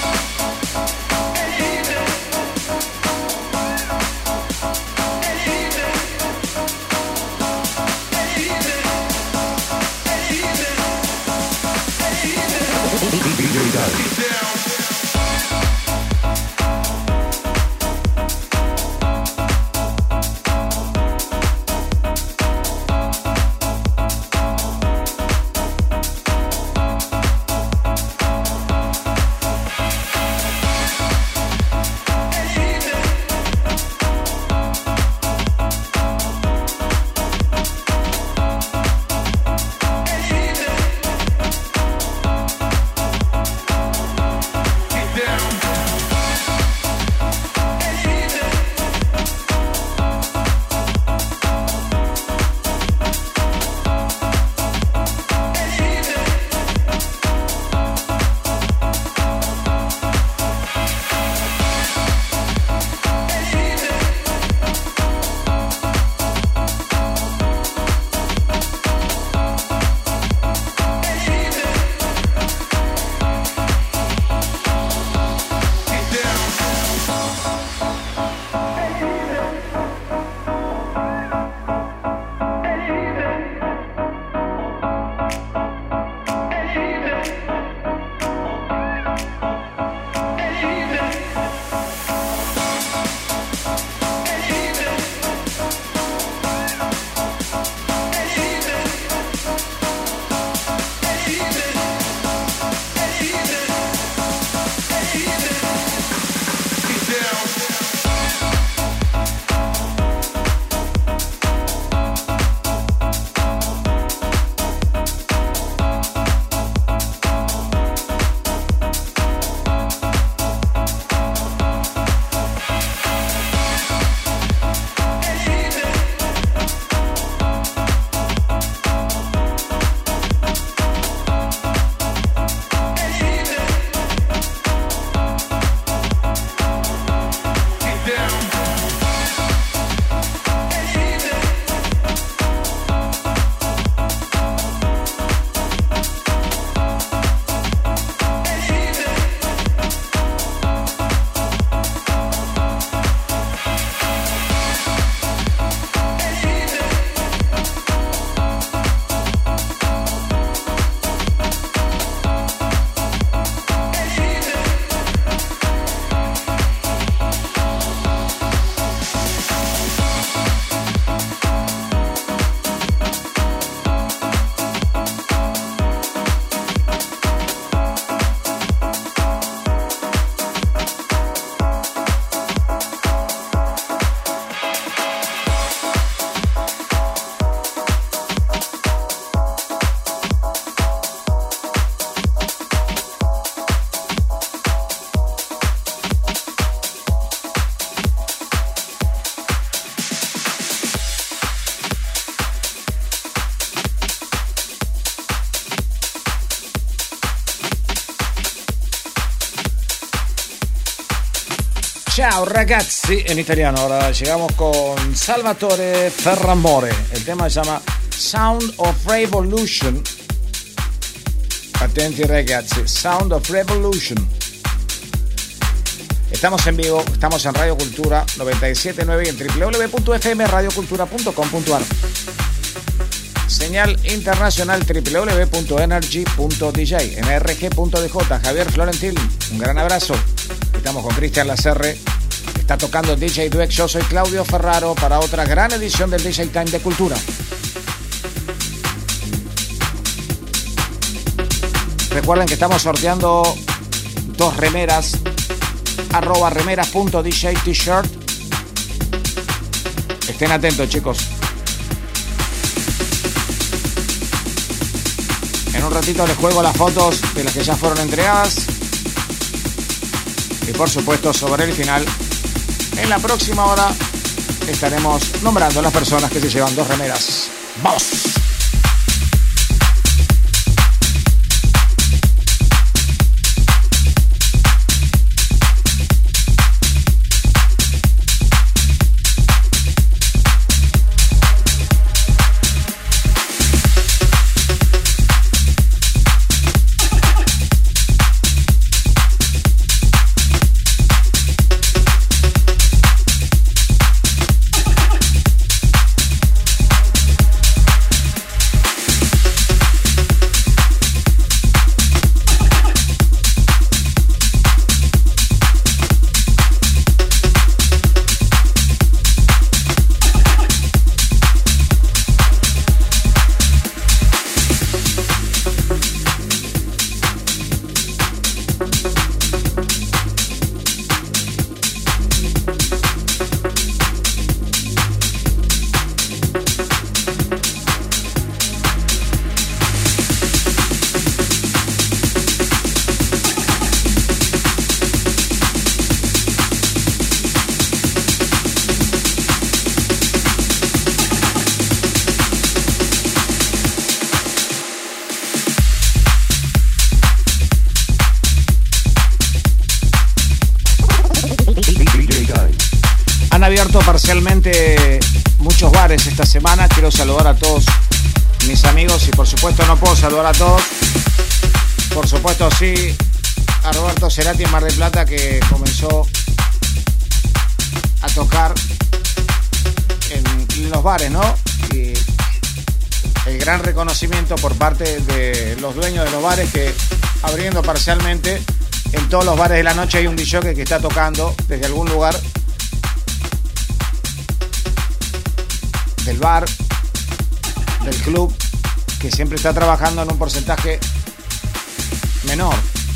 Ciao ragazzi, en italiano. Ahora llegamos con Salvatore Ferramore. El tema se llama Sound of Revolution. Attenti ragazzi, Sound of Revolution. Estamos en vivo, estamos en Radio Cultura 97.9 y en www.fmradiocultura.com.ar. Señal internacional www.energy.dj, nrg.dj. Javier Florentín, un gran abrazo. Estamos con Cristian Lacerre, está tocando DJ Dweck. Yo soy Claudio Ferraro para otra gran edición del DJ Time de Cultura. Recuerden que estamos sorteando 2 remeras @remeras.djtshirt. Estén atentos, chicos. En un ratito les juego las fotos de las que ya fueron entregadas. Y por supuesto, sobre el final, en la próxima hora estaremos nombrando a las personas que se llevan 2 remeras. ¡Vamos! Abierto parcialmente muchos bares esta semana. Quiero saludar a todos mis amigos y por supuesto no puedo saludar a todos. Por supuesto sí a Roberto Cerati en Mar del Plata, que comenzó a tocar en los bares, ¿no? Y el gran reconocimiento por parte de los dueños de los bares, que abriendo parcialmente en todos los bares de la noche hay un DJ que está tocando desde algún lugar del bar, del club, que siempre está trabajando en un porcentaje menor.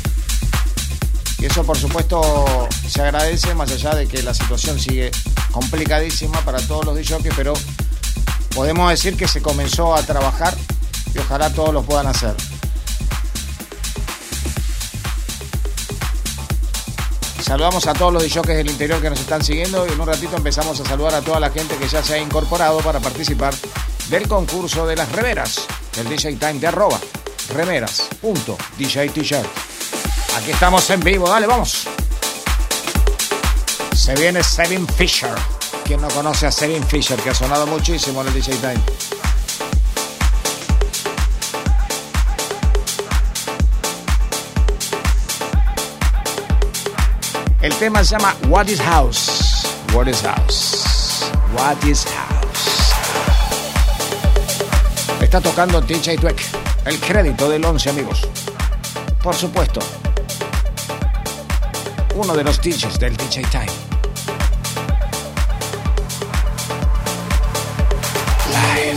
Y eso por supuesto se agradece, más allá de que la situación sigue complicadísima para todos los DJs, pero podemos decir que se comenzó a trabajar y ojalá todos lo puedan hacer. Saludamos a todos los DJs del interior que nos están siguiendo y en un ratito empezamos a saludar a toda la gente que ya se ha incorporado para participar del concurso de las remeras del DJ Time de @remeras.djtshirt. Aquí estamos en vivo, dale, vamos. Se viene Sevin Fisher. ¿Quién no conoce a Sevin Fisher, que ha sonado muchísimo en el DJ Time? El tema se llama What is House? What is House? What is House? Está tocando DJ Dweck. El crédito del 11, amigos. Por supuesto, uno de los DJs del DJ Time. Live.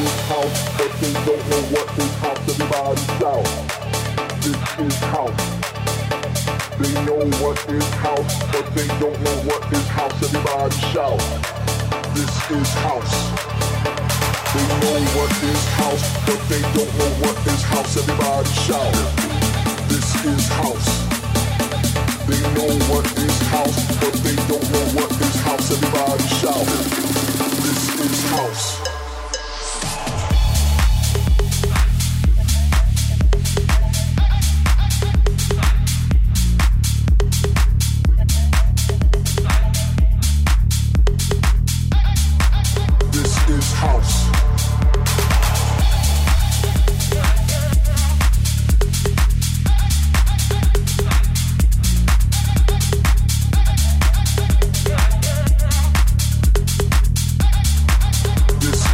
They know what is house, but they don't know what is house. Everybody shout. This is house. They know what is house, but they don't know what is house. Everybody shout. This is house. They know what is house, but they don't know what is house. Everybody shout. This is house. This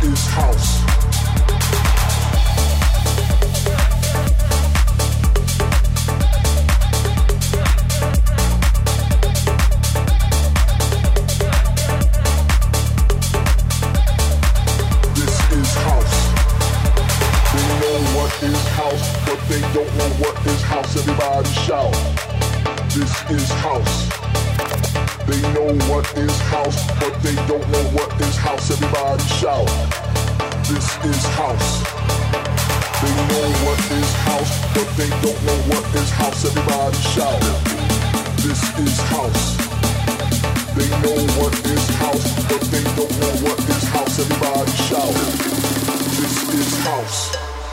house. They know what is house, but they don't know what is house. Everybody shout. This is house. They know what is house, but they don't know what is house. Everybody shout. This is house. They know what is house, but they don't know what is house. Everybody shout. This is house.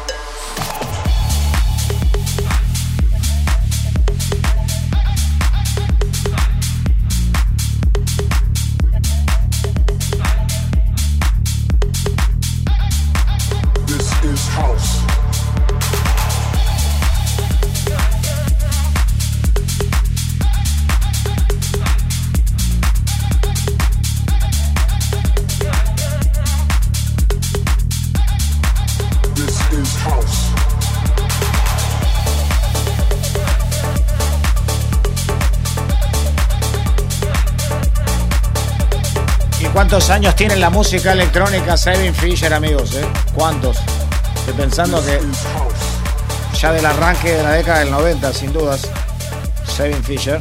¿Cuántos años tiene la música electrónica Sabin Fisher, amigos? ¿Cuántos? Estoy pensando que ya del arranque de la década del 90, sin dudas, Sabin Fisher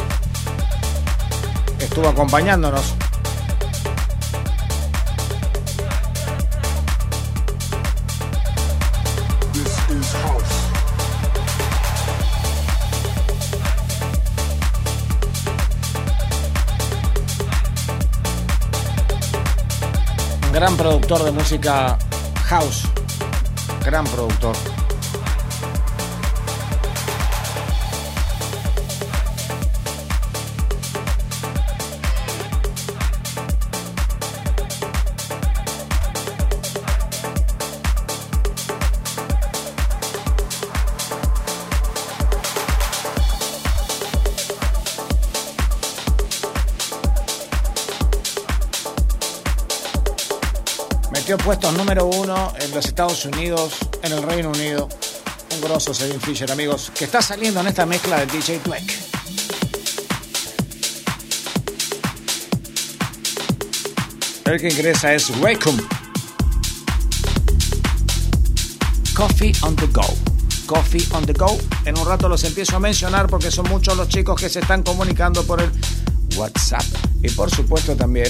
estuvo acompañándonos. Gran productor de música house, gran productor. Metió puestos número 1 en los Estados Unidos, en el Reino Unido. Un grosso Sabin Fisher, amigos, que está saliendo en esta mezcla de DJ Dweck. El que ingresa es Wacom. Coffee on the go. Coffee on the go. En un rato los empiezo a mencionar porque son muchos los chicos que se están comunicando por el WhatsApp. Y por supuesto también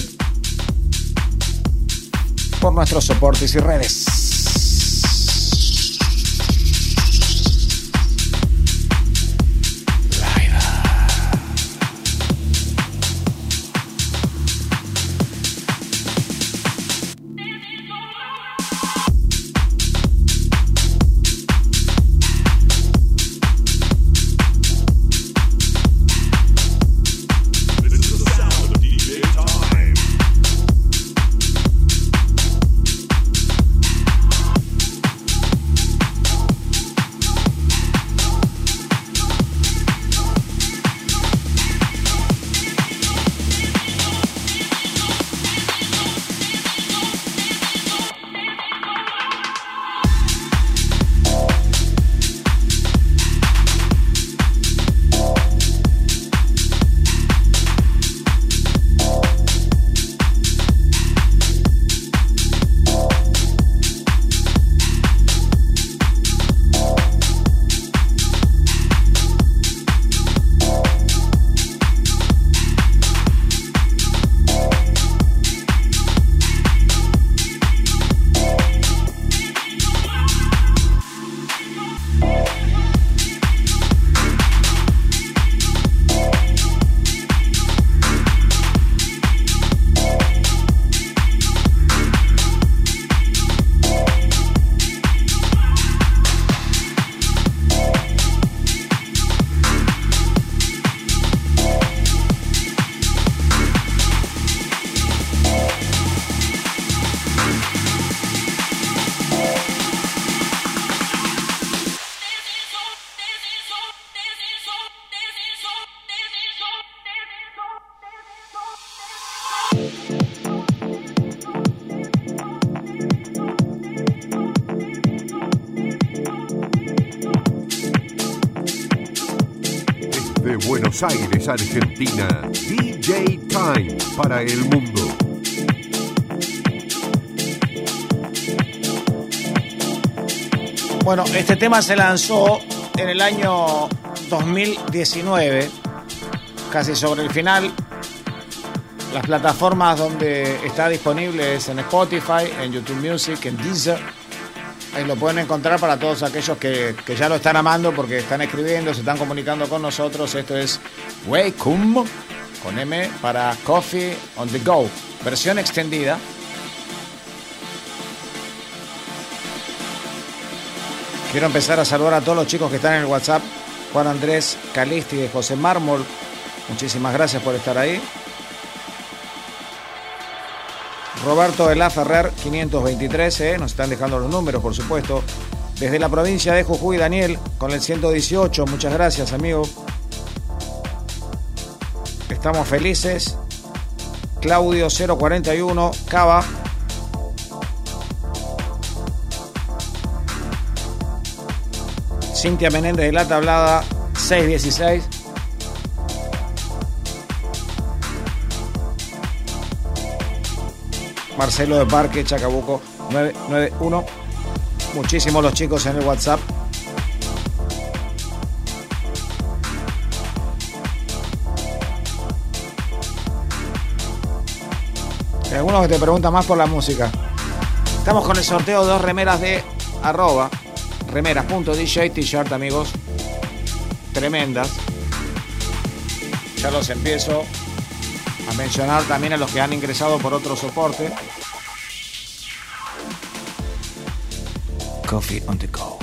por nuestros soportes y redes. Buenos Aires, Argentina, DJ Time para el mundo. Bueno, este tema se lanzó en el año 2019, casi sobre el final. Las plataformas donde está disponible es en Spotify, en YouTube Music, en Deezer. Ahí lo pueden encontrar para todos aquellos que ya lo están amando porque están escribiendo, se están comunicando con nosotros. Esto es Wacom con M para Coffee on the Go, versión extendida. Quiero empezar a saludar a todos los chicos que están en el WhatsApp. Juan Andrés Calisti de José Mármol, muchísimas gracias por estar ahí. Roberto de la Ferrer 523, nos están dejando los números, por supuesto. Desde la provincia de Jujuy, Daniel con el 118, muchas gracias, amigo. Estamos felices. Claudio 041, Cava. Cintia Menéndez de La Tablada 616. Marcelo de Parque, Chacabuco 991. Muchísimos los chicos en el WhatsApp. Hay algunos que te preguntan más por la música. Estamos con el sorteo de 2 remeras de @remeras.dj, t-shirt, amigos. Tremendas. Ya los empiezo a mencionar también a los que han ingresado por otro soporte. Coffee on the Go.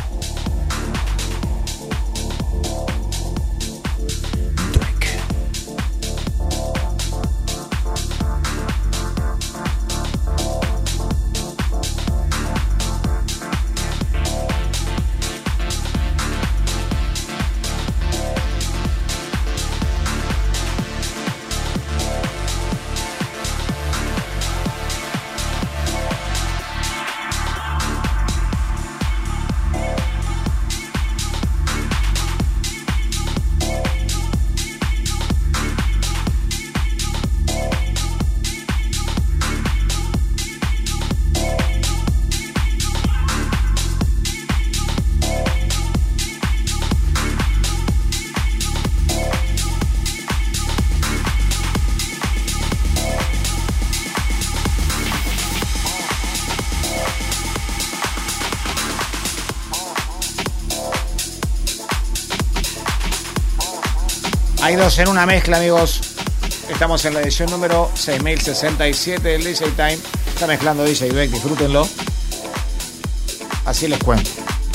Hay dos en una mezcla, amigos. Estamos en la edición número 6067 del DJ Time. Está mezclando DJ Beck, disfrútenlo. Así les cuento.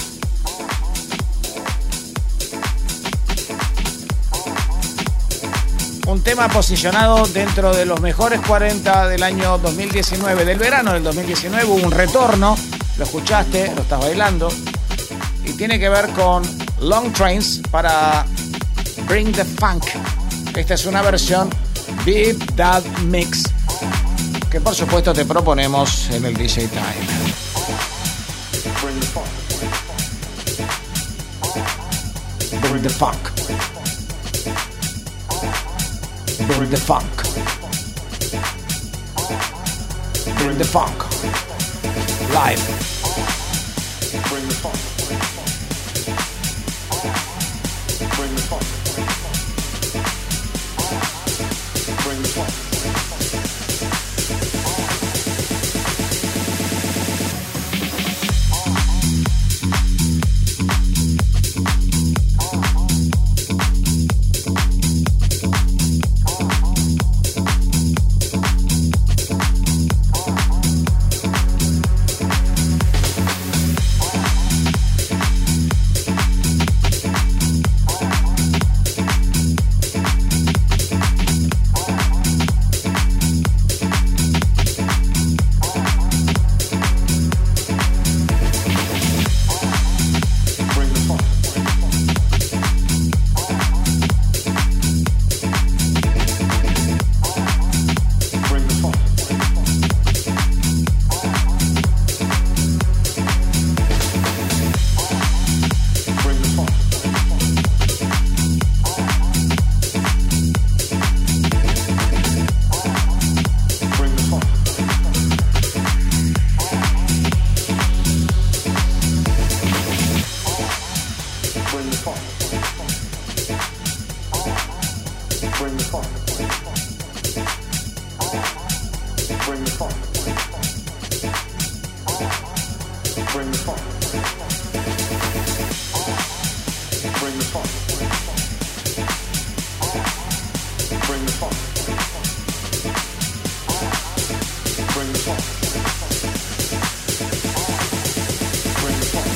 Un tema posicionado dentro de los mejores 40 del año 2019. Del verano del 2019 hubo un retorno. Lo escuchaste, lo estás bailando. Y tiene que ver con Long Trains para Bring the Funk. Esta es una versión Beep That Mix que por supuesto te proponemos en el DJ Time. Bring the funk. Bring the funk. Bring the funk. Bring the funk. Live. Bring the funk. Bring the funk. Bring the funk. Bring the funk. Bring the funk. Bring the funk. Bring the funk. Bring the funk. Bring the funk.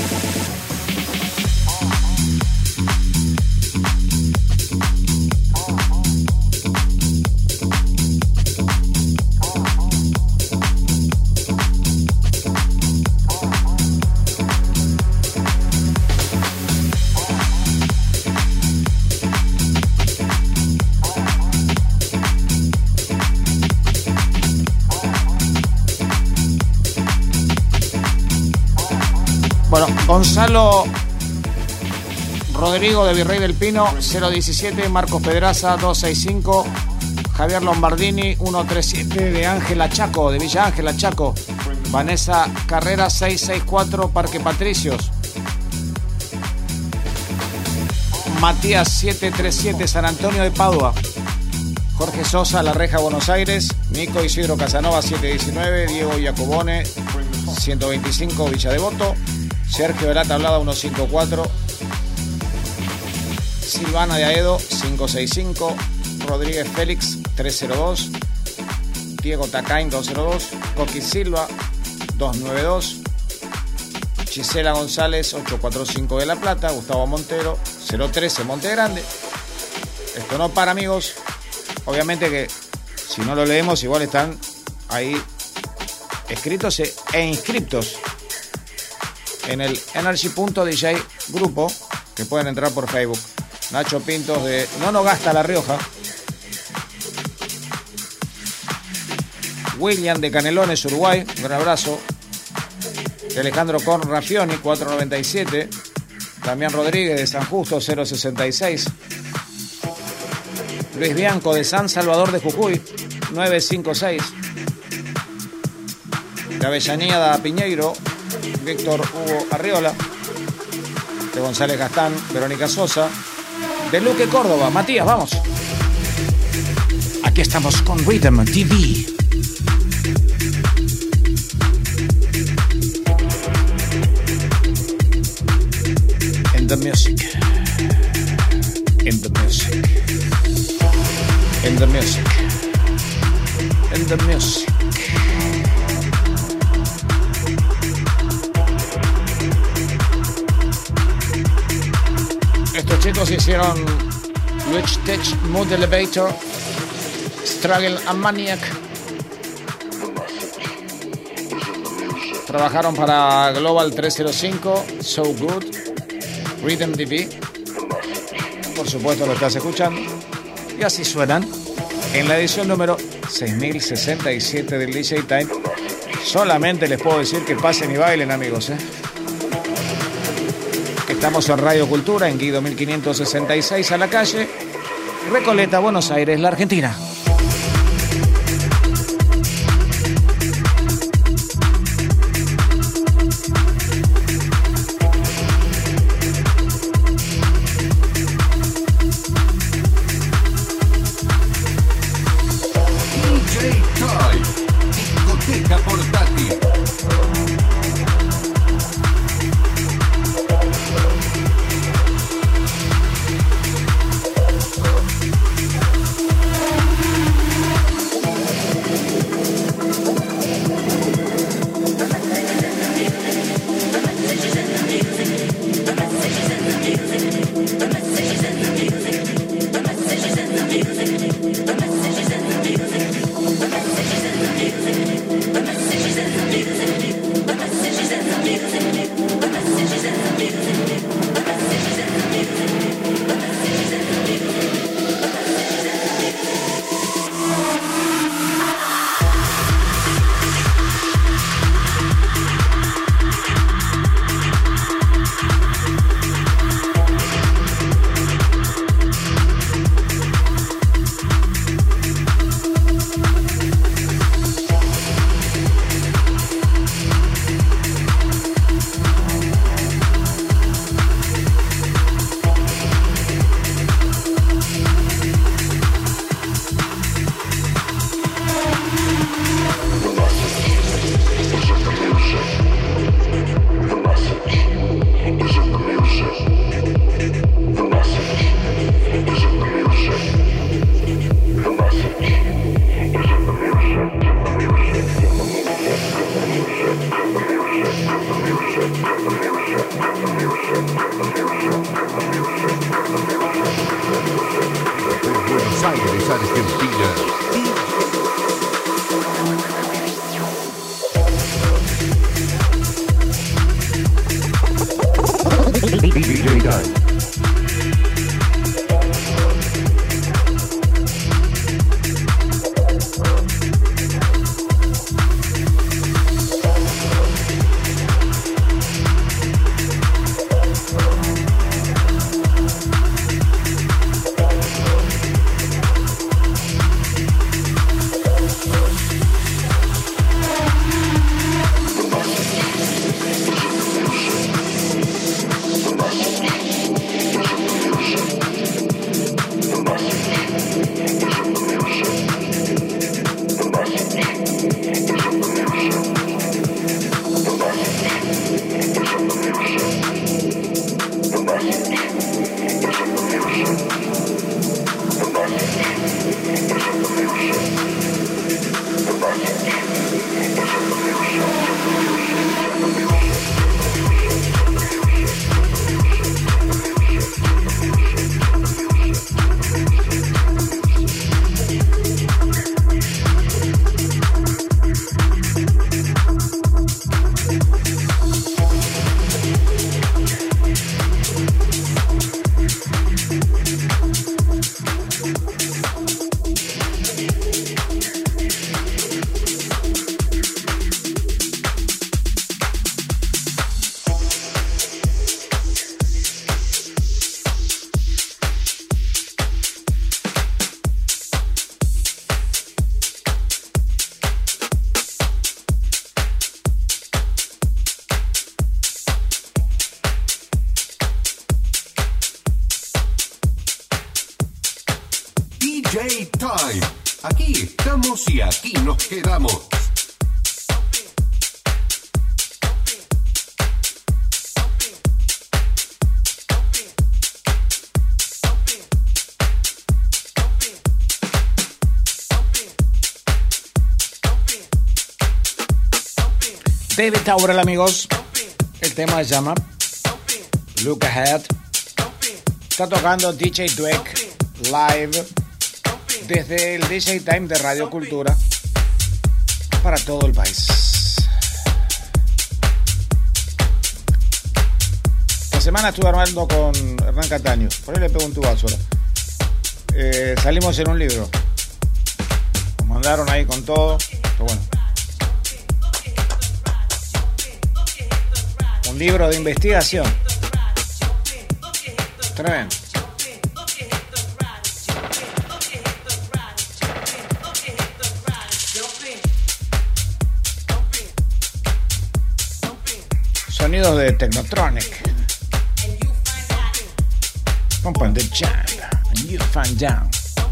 Bueno, Gonzalo Rodrigo de Virrey del Pino 017, Marcos Pedraza 265, Javier Lombardini 137 de Ángela Chaco, de Villa Ángela Chaco, Vanessa Carrera 664, Parque Patricios, Matías 737, San Antonio de Padua, Jorge Sosa, La Reja, Buenos Aires, Nico Isidro Casanova 719, Diego Iacobone 125, Villa Devoto, Sergio de la Tablada 154, Silvana de Aedo 565, Rodríguez Félix 302, Diego Tacaín 202, Coqui Silva 292, Gisela González 845 de La Plata, Gustavo Montero 013 Monte Grande. Esto no para, amigos. Obviamente que si no lo leemos igual están ahí escritos e inscriptos en el Energy.dj grupo, que pueden entrar por Facebook. Nacho Pintos de Nono Gasta, La Rioja. William de Canelones, Uruguay, un gran abrazo. Alejandro Conrafioni 497. Damián Rodríguez de San Justo 066. Luis Bianco de San Salvador de Jujuy 956. De Avellaneda Piñeiro, Víctor Hugo Arriola. De González Gastán, Verónica Sosa. De Luque Córdoba, Matías, vamos. Aquí estamos con Rhythm TV. In the music. In the music. In the music. In the music. Estos chicos hicieron Rich Tech, Mood Elevator, Struggle and Maniac. Trabajaron para Global 305, So Good, Rhythm TV. Por supuesto lo estás escuchando. Y así suenan en la edición número 6067 del DJ Time. Solamente les puedo decir que pasen y bailen, amigos, Estamos en Radio Cultura, en Guido 1566 a la calle, Recoleta, Buenos Aires, la Argentina. DJ Time, discoteca portátil. The messages DJ Time. DJ Time. Aquí estamos y aquí nos quedamos. David Taubrel, amigos. El tema se llama Look Ahead. Está tocando DJ Dweck live desde el DJ Time de Radio Cultura para todo el país. Esta semana estuve armando con Hernán Cataño. Por ahí le pego un tubazo ahora. Salimos en un libro. Nos mandaron ahí con todo. Pero bueno. Un libro de investigación. Tremendo. Sonidos de Technotronic. Pump on the jam and you find down.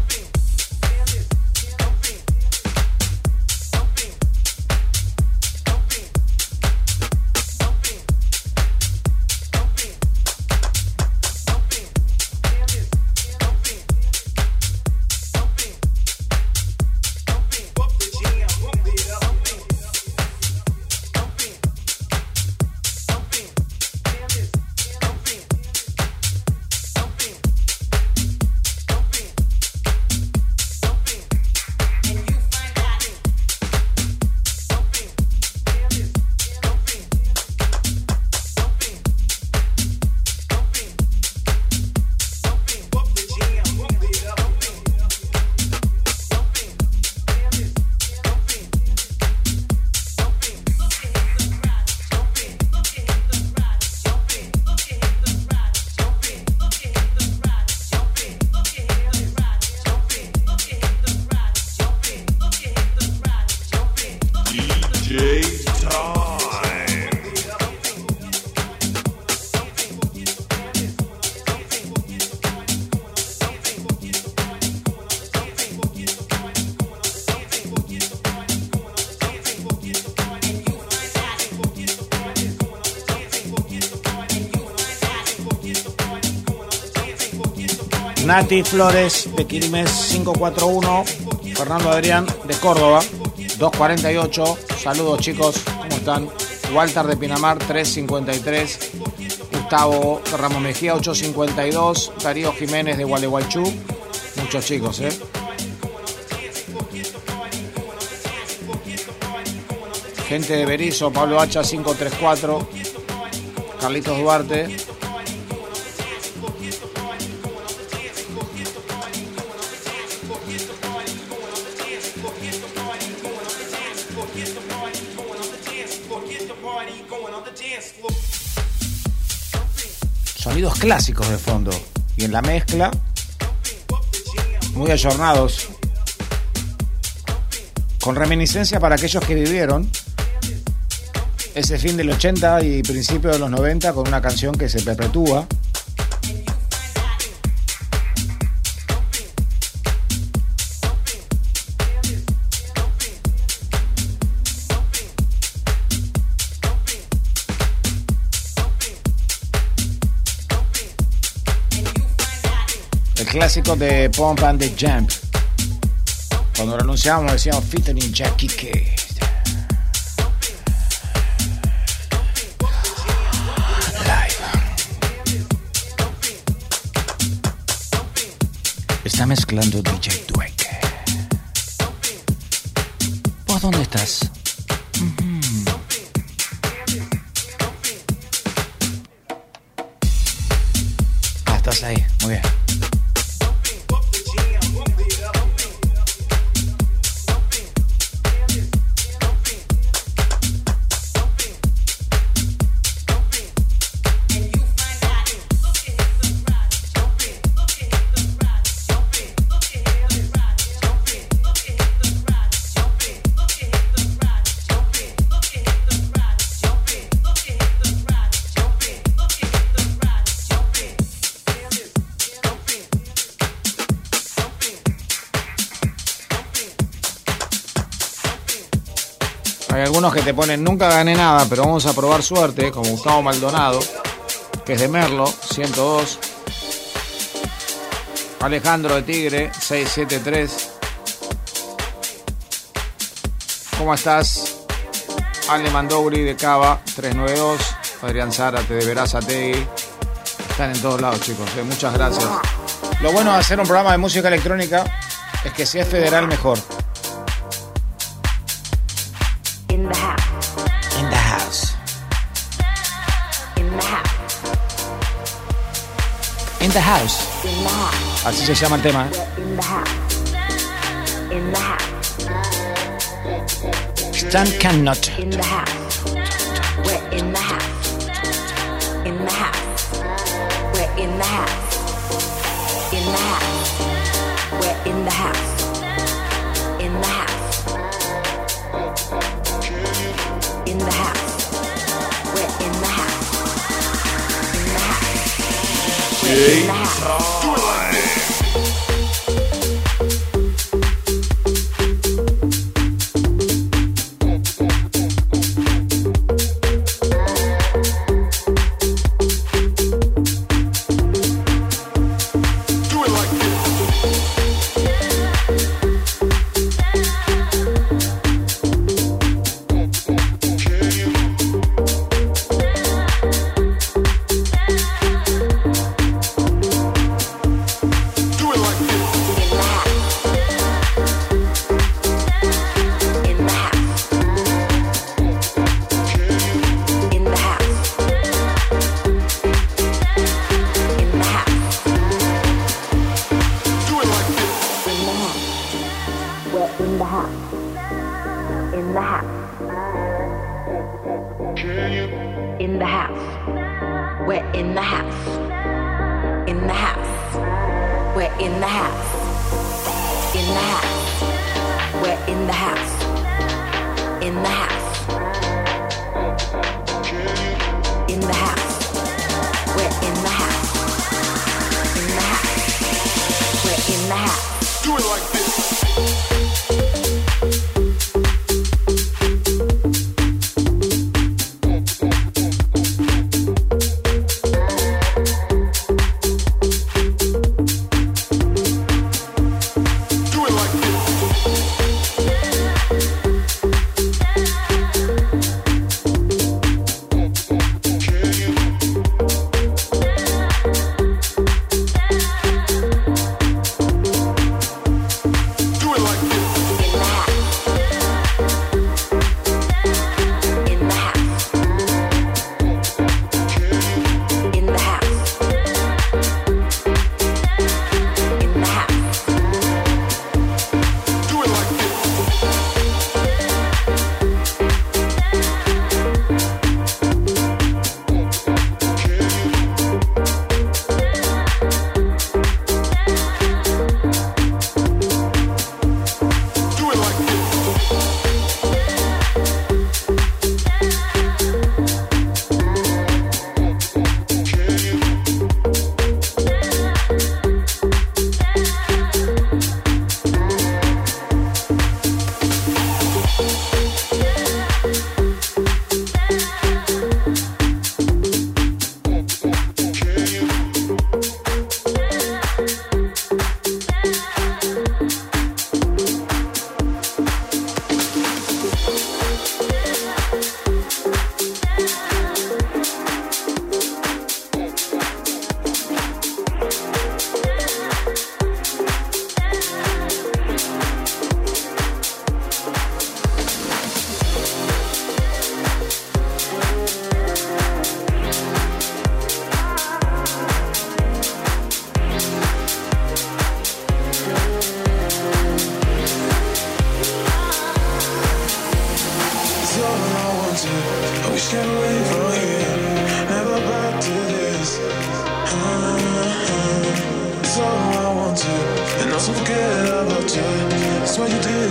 Nati Flores de Quilmes 541, Fernando Adrián de Córdoba 248, saludos chicos, ¿cómo están? Walter de Pinamar 353, Gustavo Ramos Mejía 852, Darío Jiménez de Gualeguaychú, muchos chicos, Gente de Berizo, Pablo Hacha 534, Carlitos Duarte. Sonidos clásicos de fondo. Y en la mezcla, muy ayornados, con reminiscencia para aquellos que vivieron ese fin del 80 y principio de los 90 con una canción que se perpetúa. El clásico de Pump and the Jump. Cuando lo anunciábamos decíamos featuring Jackie Kay. Está mezclando DJ Dweck. ¿Vos dónde estás? Ah, estás ahí. Muy bien. Hay algunos que te ponen nunca gané nada, pero vamos a probar suerte, como Gustavo Maldonado, que es de Merlo, 102. Alejandro de Tigre, 673. ¿Cómo estás? Ale Mandouri de Cava, 392. Adrián Zárate de Verazategui. Están en todos lados, chicos. Muchas gracias. Lo bueno de hacer un programa de música electrónica es que si es federal, mejor. In the house. In the house. In the house. In the house. In the house. Así se llama el tema. In the house. In the house. Stan cannot. In the house. We're in the house. In the house. We're in the house. In the house. We're in the house. In the house. In the house. We're in the house. In the house. We're in the house.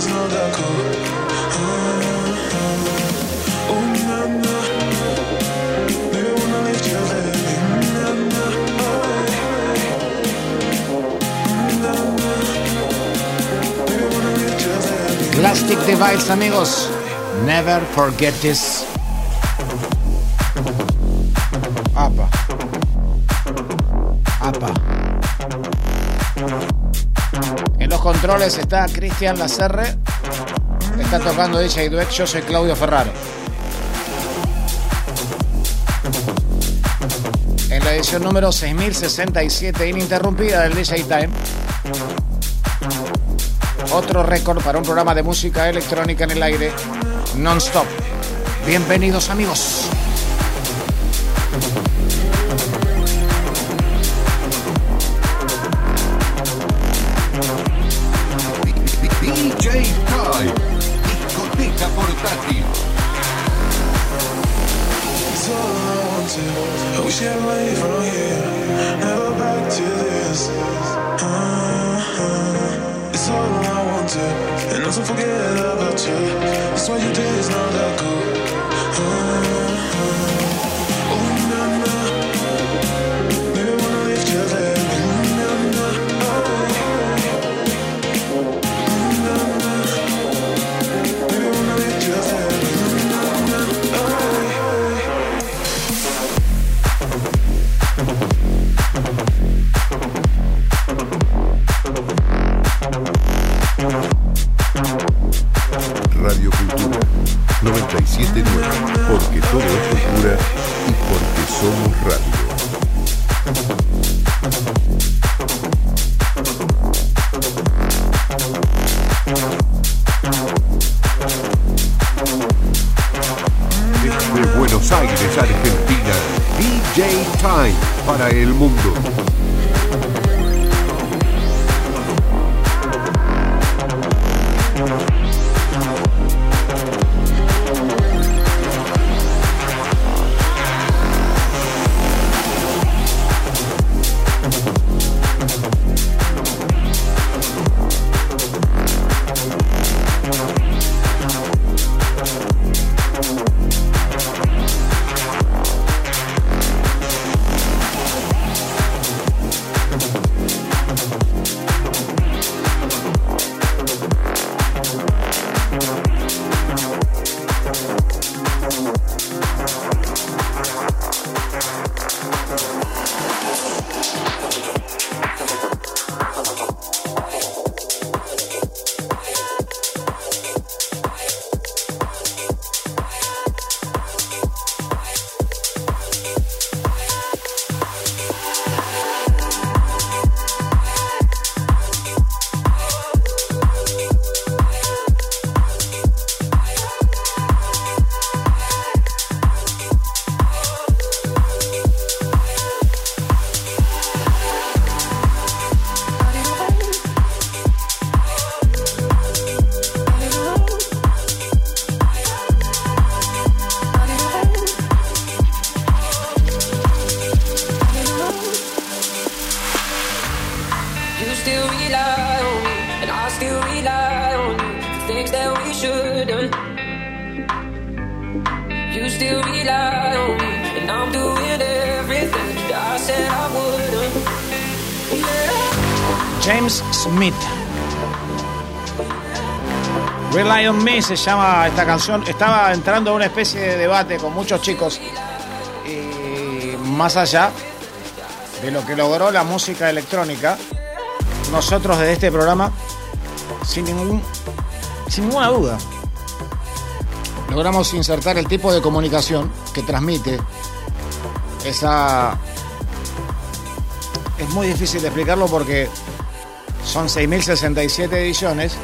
is not that cool. Oh na na, baby wanna lift your leg. Na na, na na, baby wanna lift your leg. Plastic Device, amigos. Never forget this. Apa. Apa. En los controles está Cristian Lacerre. Está tocando DJ Duet. Yo soy Claudio Ferraro. En la edición número 6067 ininterrumpida del DJ Time. Otro récord para un programa de música electrónica en el aire non-stop. Bienvenidos, amigos. DJ Time, discoteca portátil. It's all I want to. I wish I had away from here. Never back to this. It's all I want to. And also forget about you. That's why you did is not that cool. Oh na na, baby wanna lift your leg. Na na, na na, baby wanna lift your leg. Radio Cultura 97.9, porque todo es cultura y porque somos radio. Desde Buenos Aires, Argentina, DJ Time para el mundo. James Smith. Rely on Me se llama esta canción. Estaba entrando a una especie de debate con muchos chicos y más allá de lo que logró la música electrónica, nosotros desde este programa, sin ninguna duda, logramos insertar el tipo de comunicación que transmite esa... Es muy difícil de explicarlo porque son 6.067 ediciones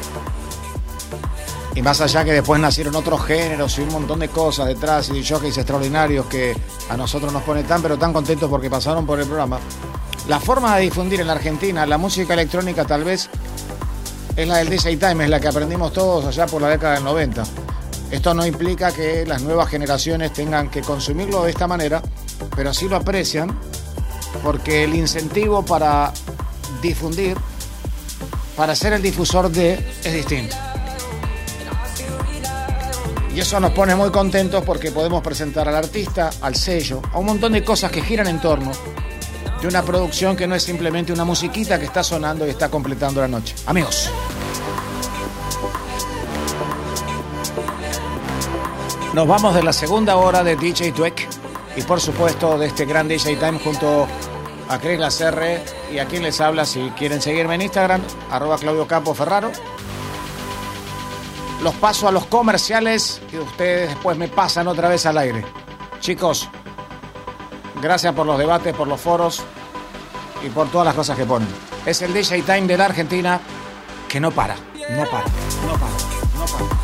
y más allá que después nacieron otros géneros y un montón de cosas detrás y jockeys extraordinarios que a nosotros nos pone tan pero tan contentos porque pasaron por el programa. La forma de difundir en la Argentina la música electrónica tal vez es la del DJ Time, es la que aprendimos todos allá por la década del 90. Esto no implica que las nuevas generaciones tengan que consumirlo de esta manera, pero sí lo aprecian porque el incentivo para difundir, para ser el difusor de, es distinto. Y eso nos pone muy contentos porque podemos presentar al artista, al sello, a un montón de cosas que giran en torno de una producción que no es simplemente una musiquita que está sonando y está completando la noche. Amigos, nos vamos de la segunda hora de DJ Dweck y por supuesto de este gran DJ Time junto a Chris Lacerre y a quien les habla. Si quieren seguirme en Instagram, @ClaudioCampoFerraro. Los paso a los comerciales y ustedes después me pasan otra vez al aire. Chicos, gracias por los debates, por los foros y por todas las cosas que ponen. Es el DJ Time de la Argentina que no para, no para, no para, no para, no para.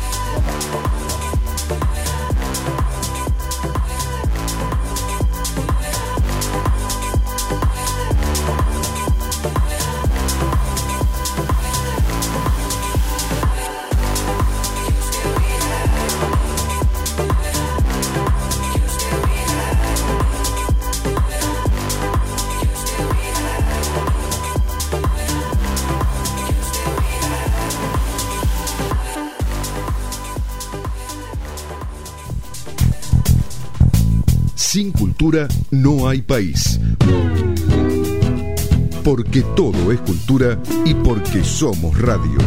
Sin cultura no hay país. Porque todo es cultura y porque somos radio.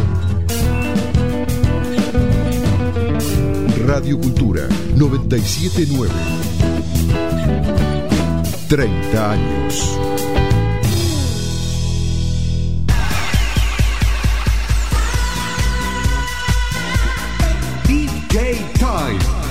Radio Cultura 97.9. 30 años. DJ Time.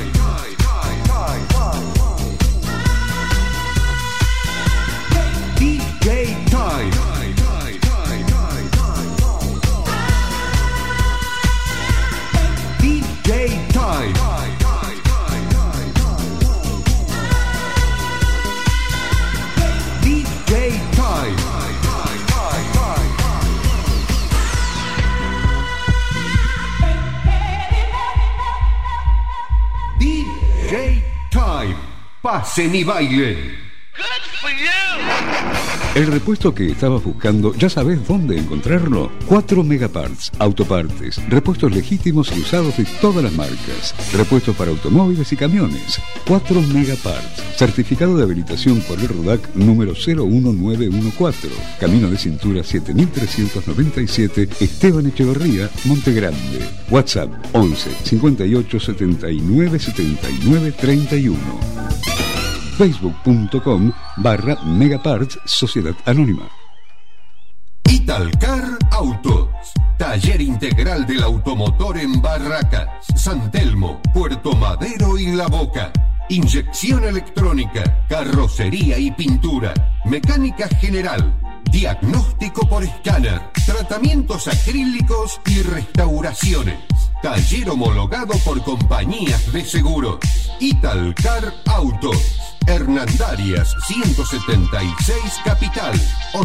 Pasen y bailen. El repuesto que estabas buscando, ¿ya sabes dónde encontrarlo? 4 Megaparts, autopartes, repuestos legítimos y usados de todas las marcas, repuestos para automóviles y camiones. 4 Megaparts, certificado de habilitación por el RODAC número 01914, Camino de Cintura 7397, Esteban Echeverría, Monte Grande. WhatsApp 11 58 79 79 31. Facebook.com/Megaparts Sociedad Anónima. Italcar Autos, taller integral del automotor en Barracas, San Telmo, Puerto Madero y La Boca. Inyección electrónica, carrocería y pintura, mecánica general, diagnóstico por escáner, tratamientos acrílicos y restauraciones. Taller homologado por compañías de seguros. Italcar Autos. Hernandarias 176 Capital o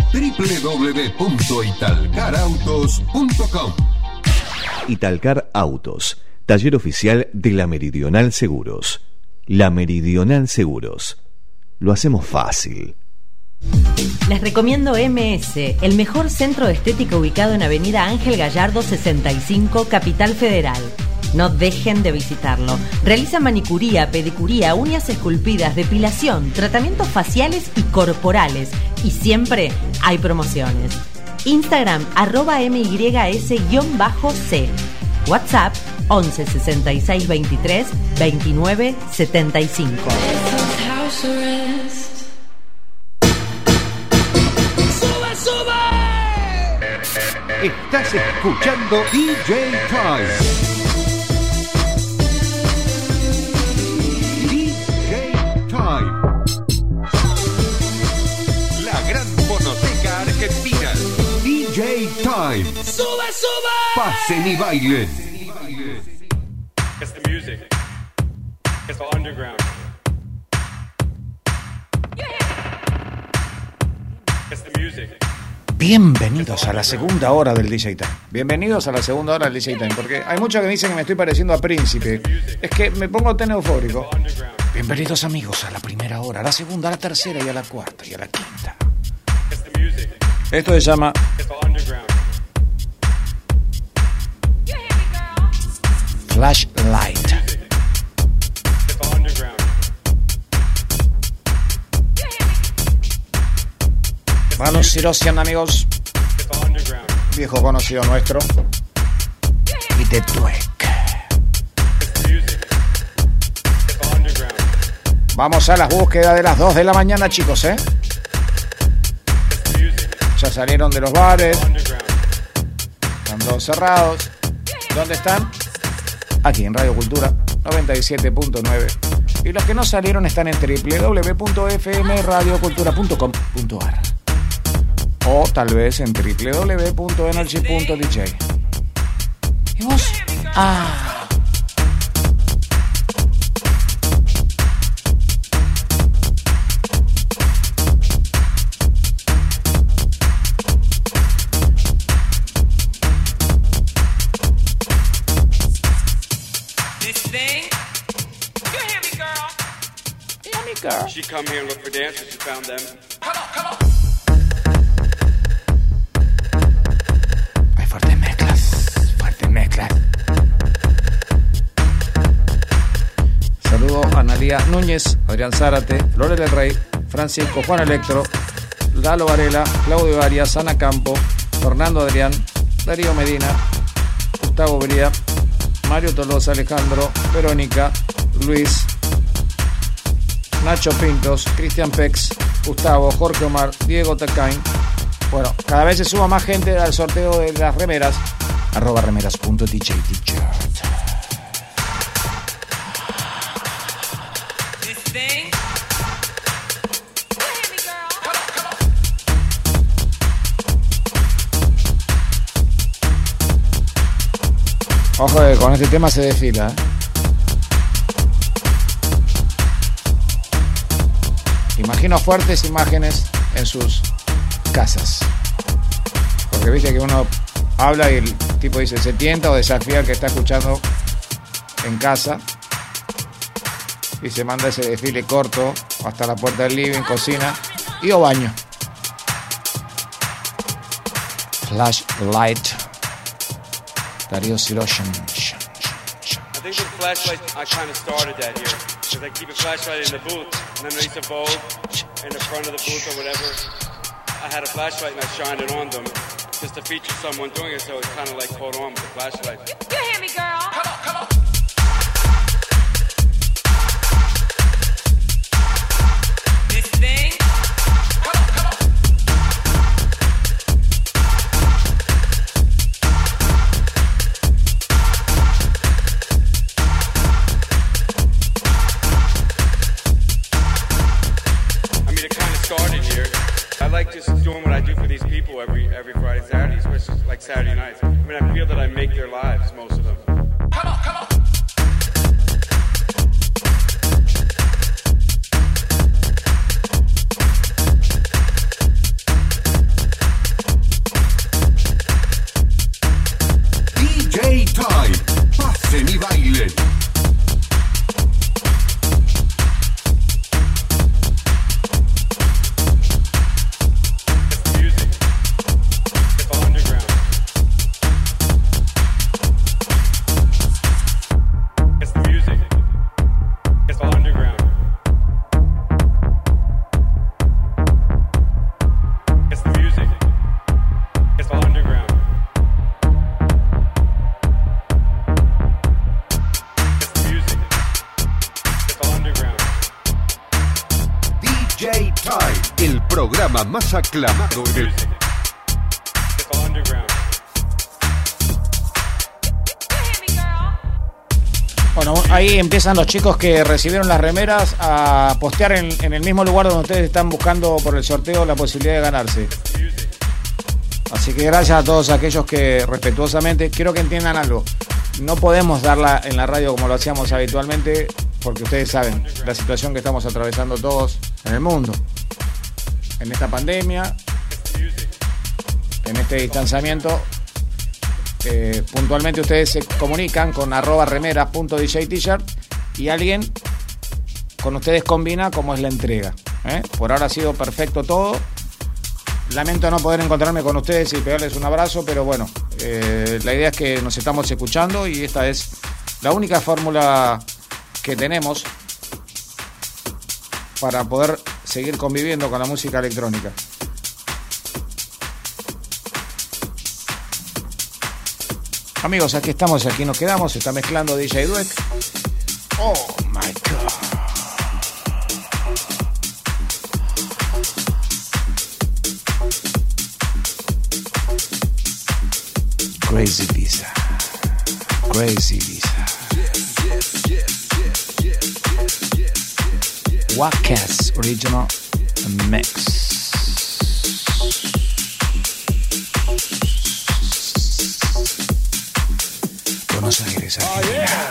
www.italcarautos.com. Italcar Autos, taller oficial de La Meridional Seguros. La Meridional Seguros. Lo hacemos fácil. Les recomiendo MS, el mejor centro de estética ubicado en Avenida Ángel Gallardo 65, Capital Federal. No dejen de visitarlo. Realiza manicuría, pedicuría, uñas esculpidas, depilación, tratamientos faciales y corporales. Y siempre hay promociones. Instagram @MYS_C. WhatsApp 11 66 23 29 75. Estás escuchando DJ Time. La gran fonoteca argentina. DJ Time. ¡Sube, sube! Pasen y bailen. It's the music. It's the underground. It's the music. Bienvenidos a la segunda hora del DJ Time. Bienvenidos a la segunda hora del DJ Time. Porque hay muchos que dicen que me estoy pareciendo a Príncipe. Es que me pongo tan eufórico. Bienvenidos amigos a la primera hora, a la segunda, a la tercera y a la cuarta y a la quinta. Esto se llama Flashlight. Ranus Sirosian, amigos. Viejo conocido nuestro. Y The Dweck. Vamos a las búsquedas de las 2 de la mañana, chicos, ¿eh? Ya salieron de los bares. Están todos cerrados. ¿Dónde están? Aquí en Radio Cultura 97.9. Y los que no salieron están en www.fmradiocultura.com.ar o tal vez en www.energy.dj. ¿Y vos? She come here and look for dancers. She found them. Hay fuertes mezclas. Saludo a Analía Núñez, Adrián Zárate, Lore del Rey, Francisco, Juan Electro, Lalo Varela, Claudio Arias, Ana Campo, Fernando Adrián, Darío Medina, Gustavo Bría, Mario Tolosa, Alejandro, Verónica, Luis, Nacho Pintos, Cristian Pex, Gustavo, Jorge Omar, Diego Tacain. Bueno, cada vez se suma más gente al sorteo de las remeras. @remeras.dj-t-shirt. Ojo que con este tema se desfila, ¿eh? Imagino fuertes imágenes en sus casas. Porque viste que uno habla y el tipo dice se tienta o desafía al que está escuchando en casa y se manda ese desfile corto hasta la puerta del living, cocina y o baño. Flashlight. Darío Sirosian. I think with flashlight, I kind of started that here. Because I keep a flashlight in the booth, and then I used to Vogue in the front of the booth or whatever. I had a flashlight and I shined it on them just to feature someone doing it, so it kind of like caught on with the flashlight. You hear me, girl? Come on, come on. This thing. Come on, come on. Started here. I like just doing what I do for these people every Friday, Saturday, especially like Saturday nights. I mean, I feel that I make their lives, most of them. Come on, come on. DJ Time, pasen y bailen. Más aclamado en el... Bueno, ahí empiezan los chicos que recibieron las remeras a postear en el mismo lugar donde ustedes están buscando por el sorteo la posibilidad de ganarse. Así que gracias a todos aquellos que respetuosamente, quiero que entiendan algo. No podemos darla en la radio como lo hacíamos habitualmente, porque ustedes saben la situación que estamos atravesando todos en el mundo. En esta pandemia, en este distanciamiento, puntualmente ustedes se comunican con @remeras.dj-t-shirt y alguien con ustedes combina cómo es la entrega. Por ahora ha sido perfecto todo. Lamento no poder encontrarme con ustedes y pegarles un abrazo, pero bueno, la idea es que nos estamos escuchando y esta es la única fórmula que tenemos para poder seguir conviviendo con la música electrónica. Amigos, aquí estamos, aquí nos quedamos. Se está mezclando DJ Dweck. Oh my God. Crazy Visa. Crazy Visa. Wackass Original Mix. Buenos Aires, Argentina.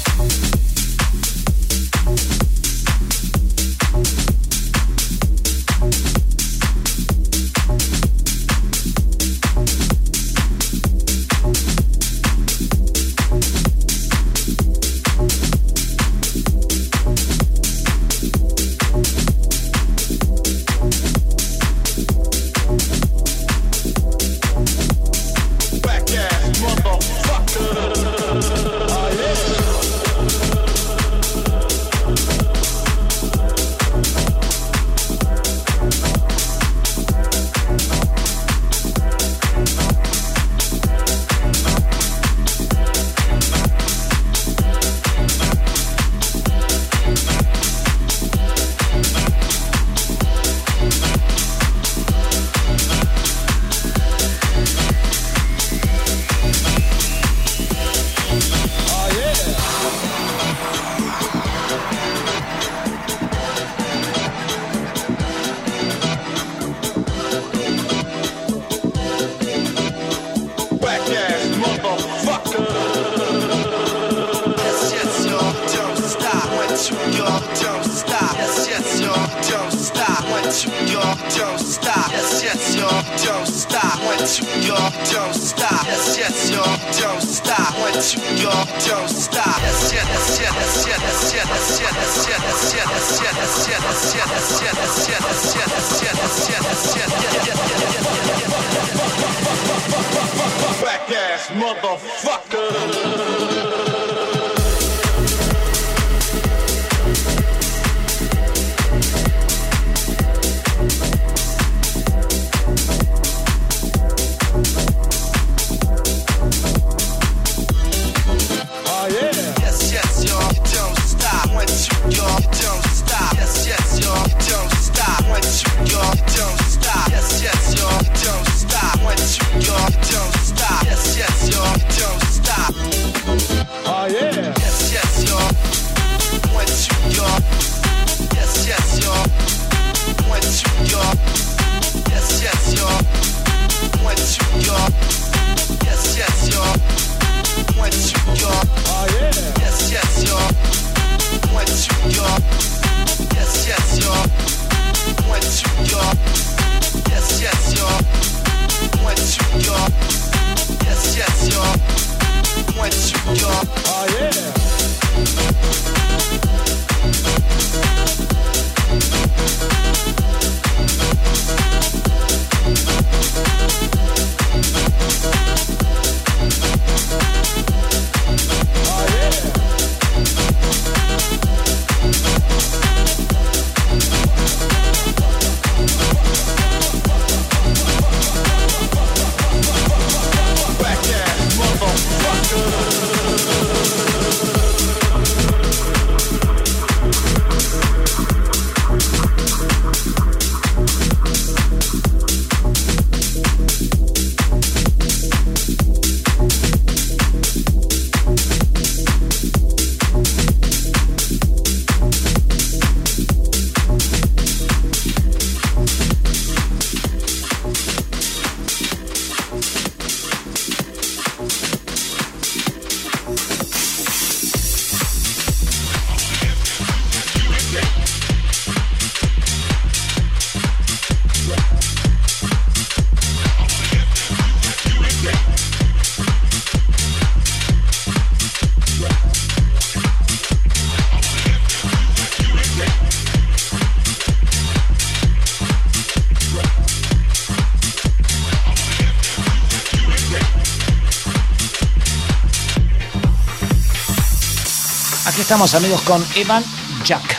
Aquí estamos, amigos, con Evan Jack.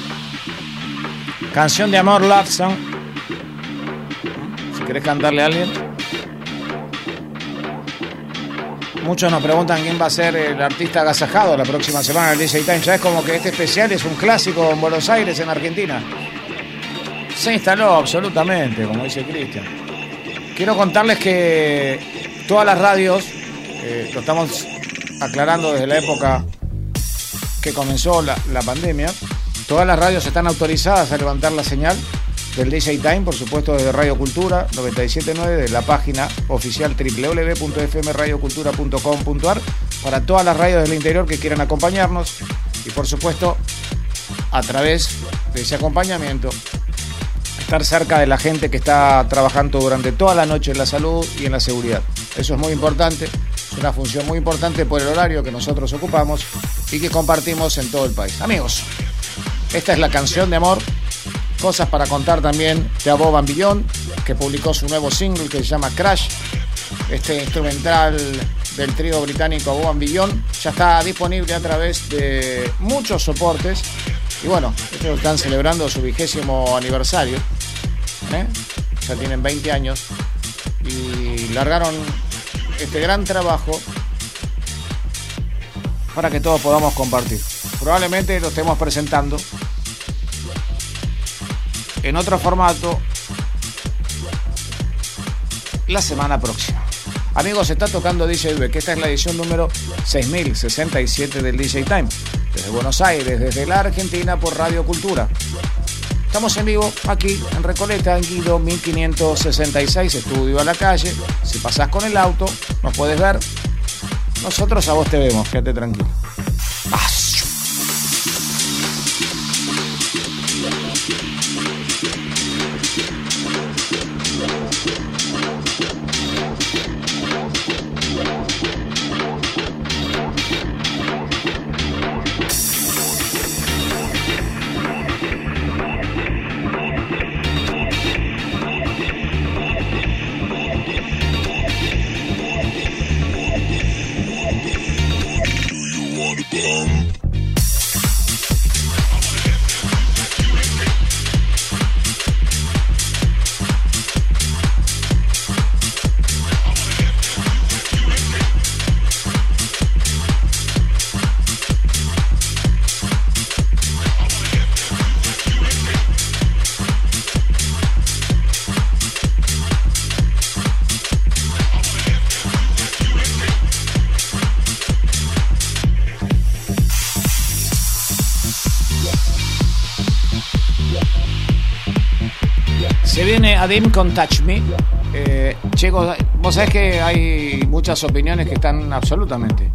Canción de amor, Love Song. Si querés cantarle a alguien. Muchos nos preguntan quién va a ser el artista agasajado la próxima semana en el DJ Time. Ya es como que este especial es un clásico en Buenos Aires, en Argentina. Se instaló absolutamente, como dice Cristian. Quiero contarles que todas las radios, lo estamos aclarando desde la época que comenzó la pandemia, todas las radios están autorizadas a levantar la señal del DJ Time, por supuesto desde Radio Cultura 97.9, de la página oficial www.fmradiocultura.com.ar, para todas las radios del interior que quieran acompañarnos, y por supuesto a través de ese acompañamiento estar cerca de la gente que está trabajando durante toda la noche en la salud y en la seguridad. Eso es muy importante, es una función muy importante por el horario que nosotros ocupamos y que compartimos en todo el país. Amigos, esta es la canción de amor, Cosas para contar también, de Above and Beyond, que publicó su nuevo single que se llama Crash. Este instrumental del trío británico Above and Beyond ya está disponible a través de muchos soportes. Y bueno, estos están celebrando su 20º aniversario. Ya tienen 20 años y largaron este gran trabajo para que todos podamos compartir. Probablemente lo estemos presentando en otro formato la semana próxima. Amigos, está tocando DJ Dweck, que esta es la edición número 6067 del DJ Time, desde Buenos Aires, desde la Argentina, por Radio Cultura. Estamos en vivo aquí en Recoleta, en Guido 1566, estudio a la calle. Si pasás con el auto, nos puedes ver. Nosotros a vos te vemos, quédate tranquilo. Viene Adim con Touch Me. Chicos, vos sabés que hay muchas opiniones que están absolutamente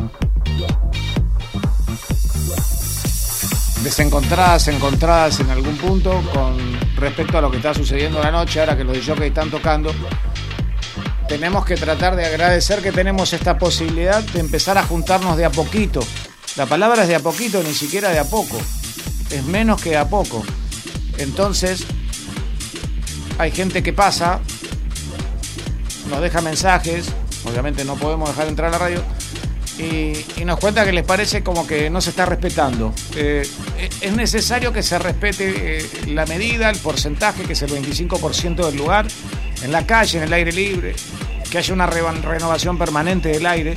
desencontradas, encontradas en algún punto con respecto a lo que está sucediendo la noche. Ahora que los DJs están tocando, tenemos que tratar de agradecer que tenemos esta posibilidad de empezar a juntarnos de a poquito. La palabra es de a poquito, ni siquiera de a poco, es menos que de a poco. Entonces hay gente que pasa, nos deja mensajes, obviamente no podemos dejar entrar a la radio, y nos cuenta que les parece como que no se está respetando. Es necesario que se respete la medida, el porcentaje, que es el 25% del lugar, en la calle, en el aire libre, que haya una renovación permanente del aire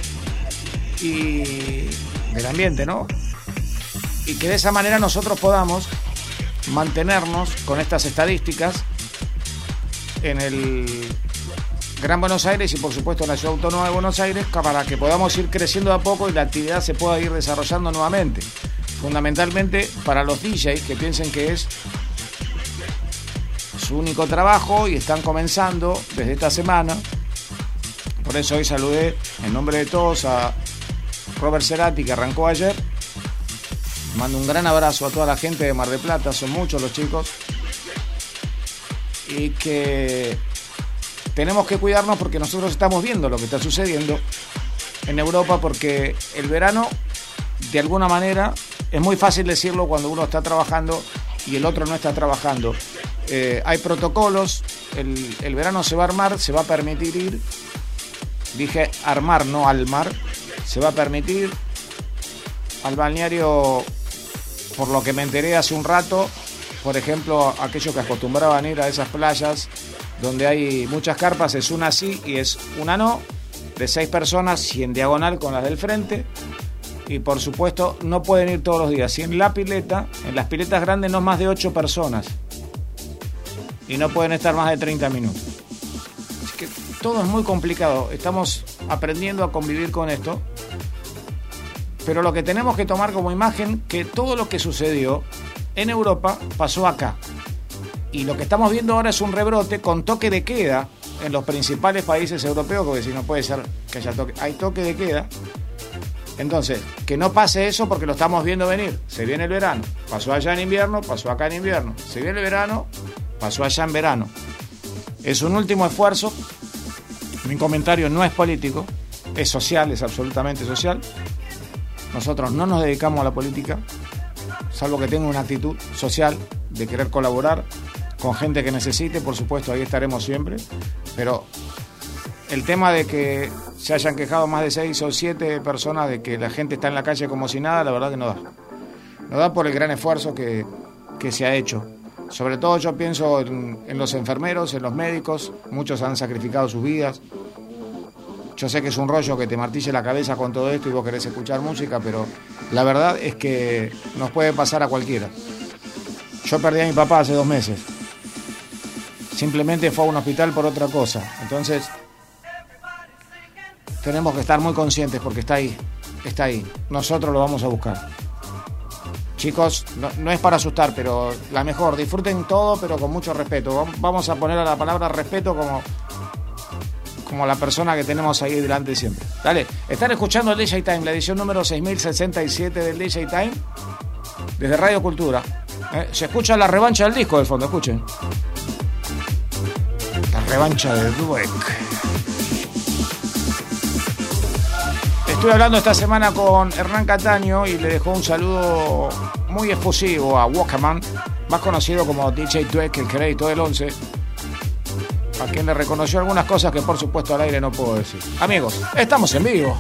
y del ambiente, ¿no? Y que de esa manera nosotros podamos mantenernos con estas estadísticas en el Gran Buenos Aires y por supuesto en la Ciudad Autónoma de Buenos Aires, para que podamos ir creciendo de a poco y la actividad se pueda ir desarrollando nuevamente. Fundamentalmente para los DJs que piensen que es su único trabajo y están comenzando desde esta semana. Por eso hoy saludé en nombre de todos a Robert Cerati, que arrancó ayer. Mando un gran abrazo a toda la gente de Mar del Plata, son muchos los chicos. Y que tenemos que cuidarnos porque nosotros estamos viendo lo que está sucediendo en Europa, porque el verano, de alguna manera, es muy fácil decirlo cuando uno está trabajando y el otro no está trabajando. Hay protocolos, el verano se va a armar, se va a permitir ir, dije armar, no al mar, se va a permitir al balneario, por lo que me enteré hace un rato. Por ejemplo, aquellos que acostumbraban ir a esas playas donde hay muchas carpas, es una sí y es una no. de 6 personas y en diagonal con las del frente. Y por supuesto no pueden ir todos los días. Y en las piletas grandes no más de 8 personas. Y no pueden estar más de 30 minutos. Así que todo es muy complicado. Estamos aprendiendo a convivir con esto. Pero lo que tenemos que tomar como imagen, que todo lo que sucedió en Europa pasó acá. Y lo que estamos viendo ahora es un rebrote con toque de queda en los principales países europeos, porque si no puede ser que haya hay toque de queda. Entonces, que no pase eso porque lo estamos viendo venir. Se viene el verano, pasó allá en invierno, pasó acá en invierno. Se viene el verano, pasó allá en verano. Es un último esfuerzo. Mi comentario no es político, es social, es absolutamente social. Nosotros no nos dedicamos a la política, salvo que tenga una actitud social de querer colaborar con gente que necesite, por supuesto, ahí estaremos siempre. Pero el tema de que se hayan quejado más de 6 o 7 personas de que la gente está en la calle como si nada, la verdad que no da. No da por el gran esfuerzo que se ha hecho. Sobre todo yo pienso en los enfermeros, en los médicos. Muchos han sacrificado sus vidas. Yo sé que es un rollo que te martille la cabeza con todo esto y vos querés escuchar música, pero la verdad es que nos puede pasar a cualquiera. Yo perdí a mi papá hace 2 meses. Simplemente fue a un hospital por otra cosa. Entonces tenemos que estar muy conscientes porque está ahí. Nosotros lo vamos a buscar. Chicos, no es para asustar, pero la mejor, disfruten todo, pero con mucho respeto. Vamos a poner a la palabra respeto como la persona que tenemos ahí delante siempre. Dale, están escuchando el DJ Time, la edición número 6067 del DJ Time, desde Radio Cultura. Se escucha la revancha del disco del fondo, escuchen. La revancha de Dweck. Estuve hablando esta semana con Hernán Cataño y le dejó un saludo muy efusivo a Walkman, más conocido como DJ Dweck, el crédito del 11, a quien le reconoció algunas cosas que por supuesto al aire no puedo decir. Amigos, estamos en vivo.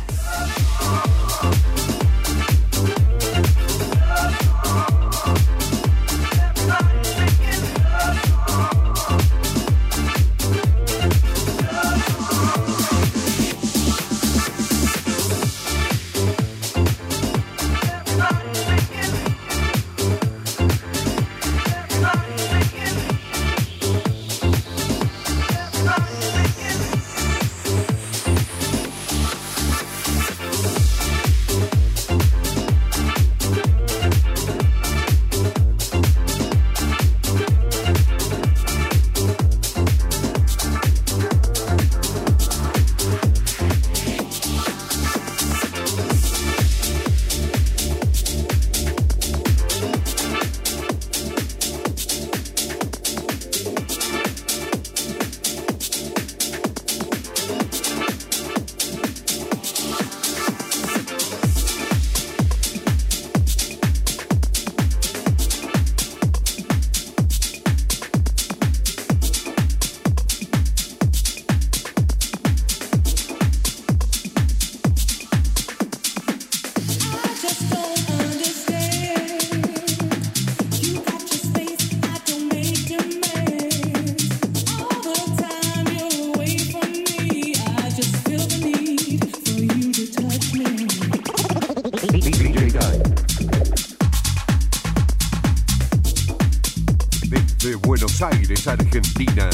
Buenos Aires, Argentina.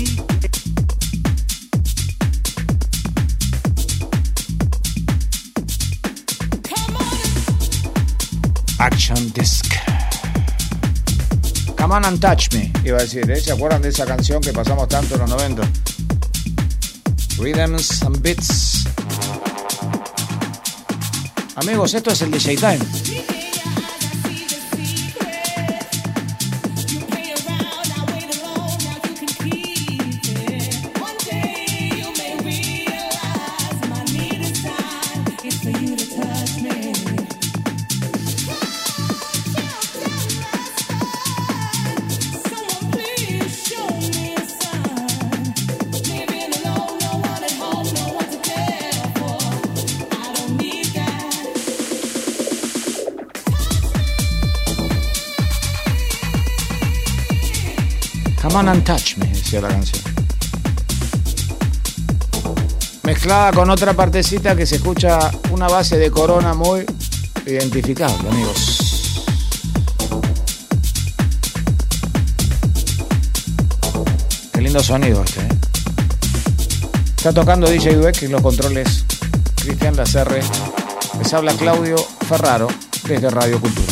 Action Disc. Come on and touch me, iba a decir, ¿Se acuerdan de esa canción que pasamos tanto en los 90? Rhythms and Beats. Amigos, esto es el DJ Time. Come on and touch me, decía la canción. mezclada con otra partecita que se escucha una base de Corona muy identificable, amigos. Qué lindo sonido este, ¿eh? Está tocando DJ Dweck en los controles, Cristian Lacerre. Les habla Claudio Ferraro desde Radio Cultura.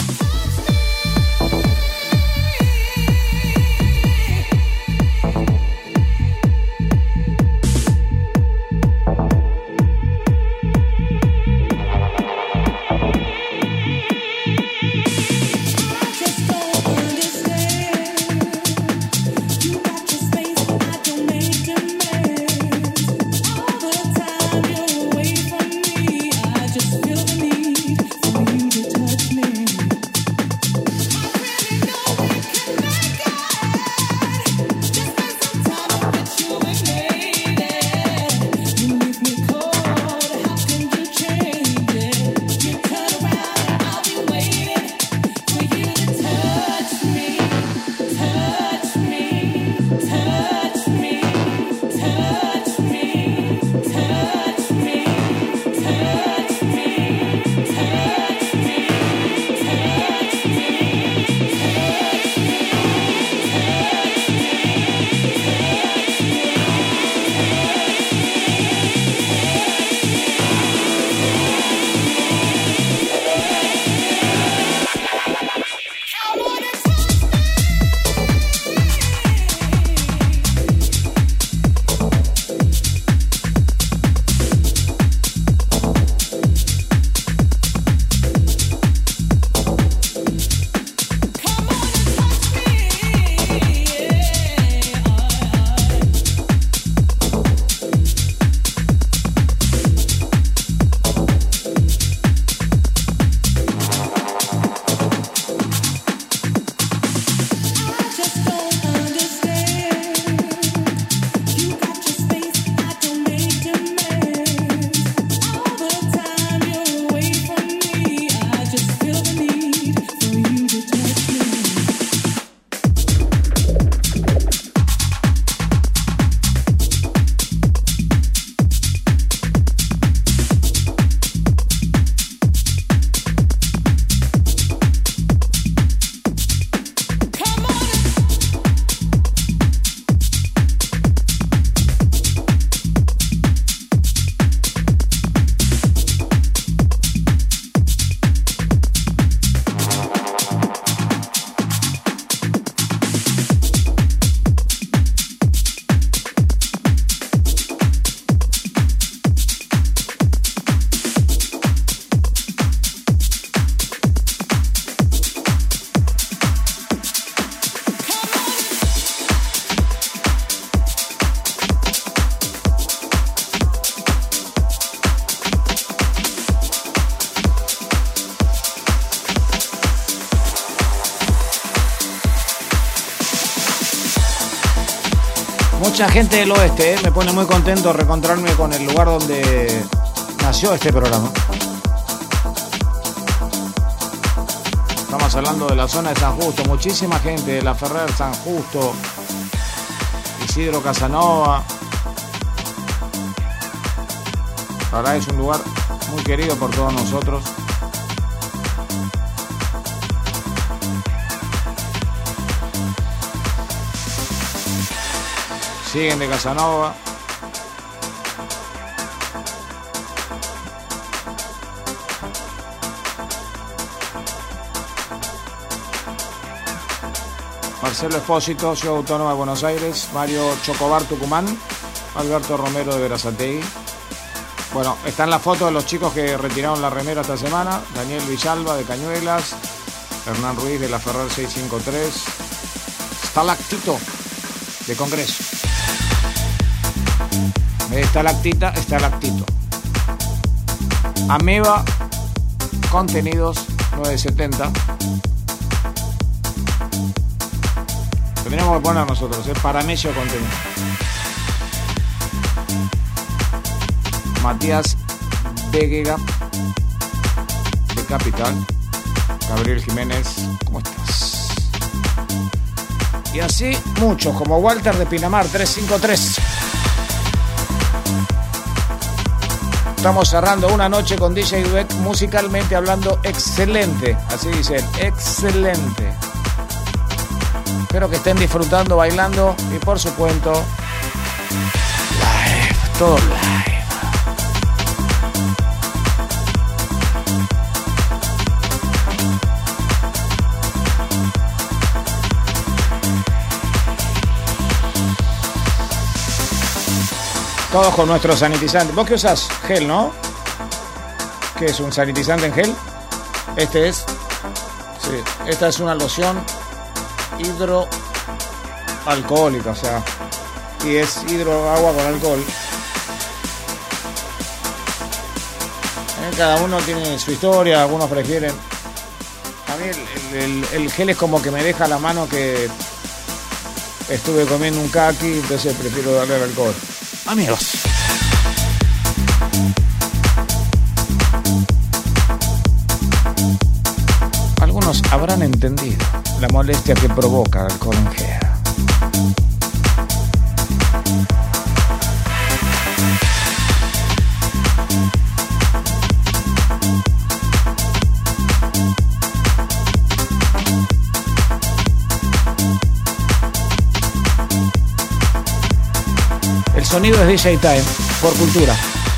Mucha gente del oeste, me pone muy contento reencontrarme con el lugar donde nació este programa. Estamos hablando de la zona de San Justo, muchísima gente de La Ferrer, San Justo, Isidro Casanova. La verdad es un lugar muy querido por todos nosotros. Siguen de Casanova. Marcelo Espósito, Ciudad Autónoma de Buenos Aires. Mario Chocobar, Tucumán. Alberto Romero de Berazategui. Bueno, están las fotos de los chicos que retiraron la remera esta semana. Daniel Villalba de Cañuelas. Hernán Ruiz de La Ferrer 653. Estalactito de Congreso. Estalactito. Ameba Contenidos 970. Tendríamos que poner nosotros, Paramecio Contenido. Matías Vega de Capital. Gabriel Jiménez, ¿cómo estás? Y así muchos, como Walter de Pinamar 353. Estamos cerrando una noche con DJ Dweck, musicalmente hablando, excelente. Así dicen, excelente. Espero que estén disfrutando, bailando y por supuesto, live, todo live. Todos con nuestro sanitizante. ¿Vos qué usás? Gel, ¿no? ¿Qué es un sanitizante en gel? Este es. Sí, esta es una loción hidroalcohólica, o sea, y es agua con alcohol. Cada uno tiene su historia, algunos prefieren. A mí el gel es como que me deja la mano que estuve comiendo un caqui, entonces prefiero darle el alcohol. Amigos. Algunos habrán entendido la molestia que provoca el alcohol en gel. El sonido es DJ Time, por cultura.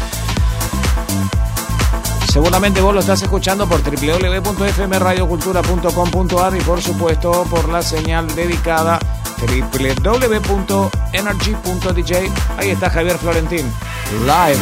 Seguramente vos lo estás escuchando por www.fmradiocultura.com.ar y por supuesto por la señal dedicada www.energy.dj. Ahí está Javier Florentín, live.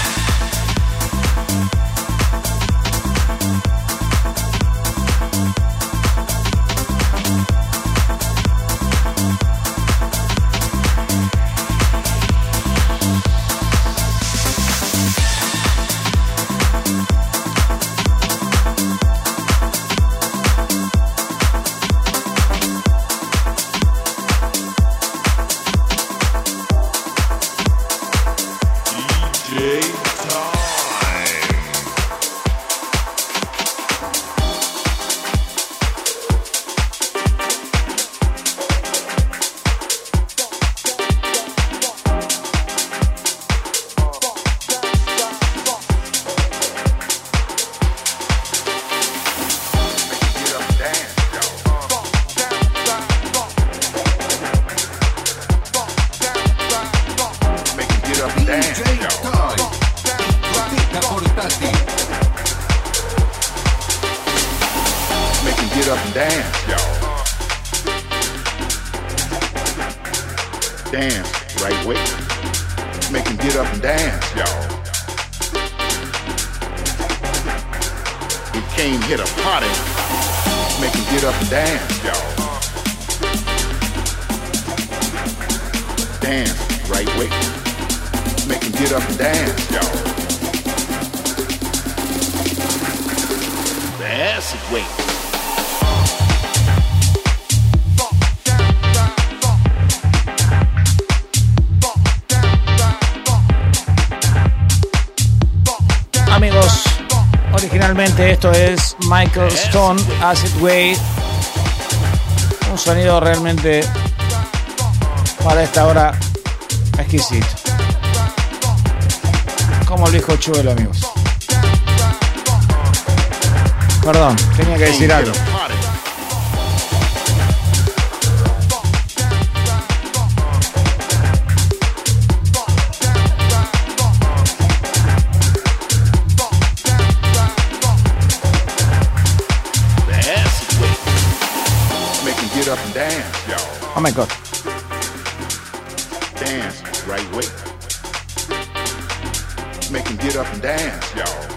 Esto es Michael Stone, Acid Wave. Un sonido realmente para esta hora exquisito. Como el viejo Chuelo, amigos. Perdón, tenía que decir algo. Oh my God. Dance right way. Make him get up and dance, y'all.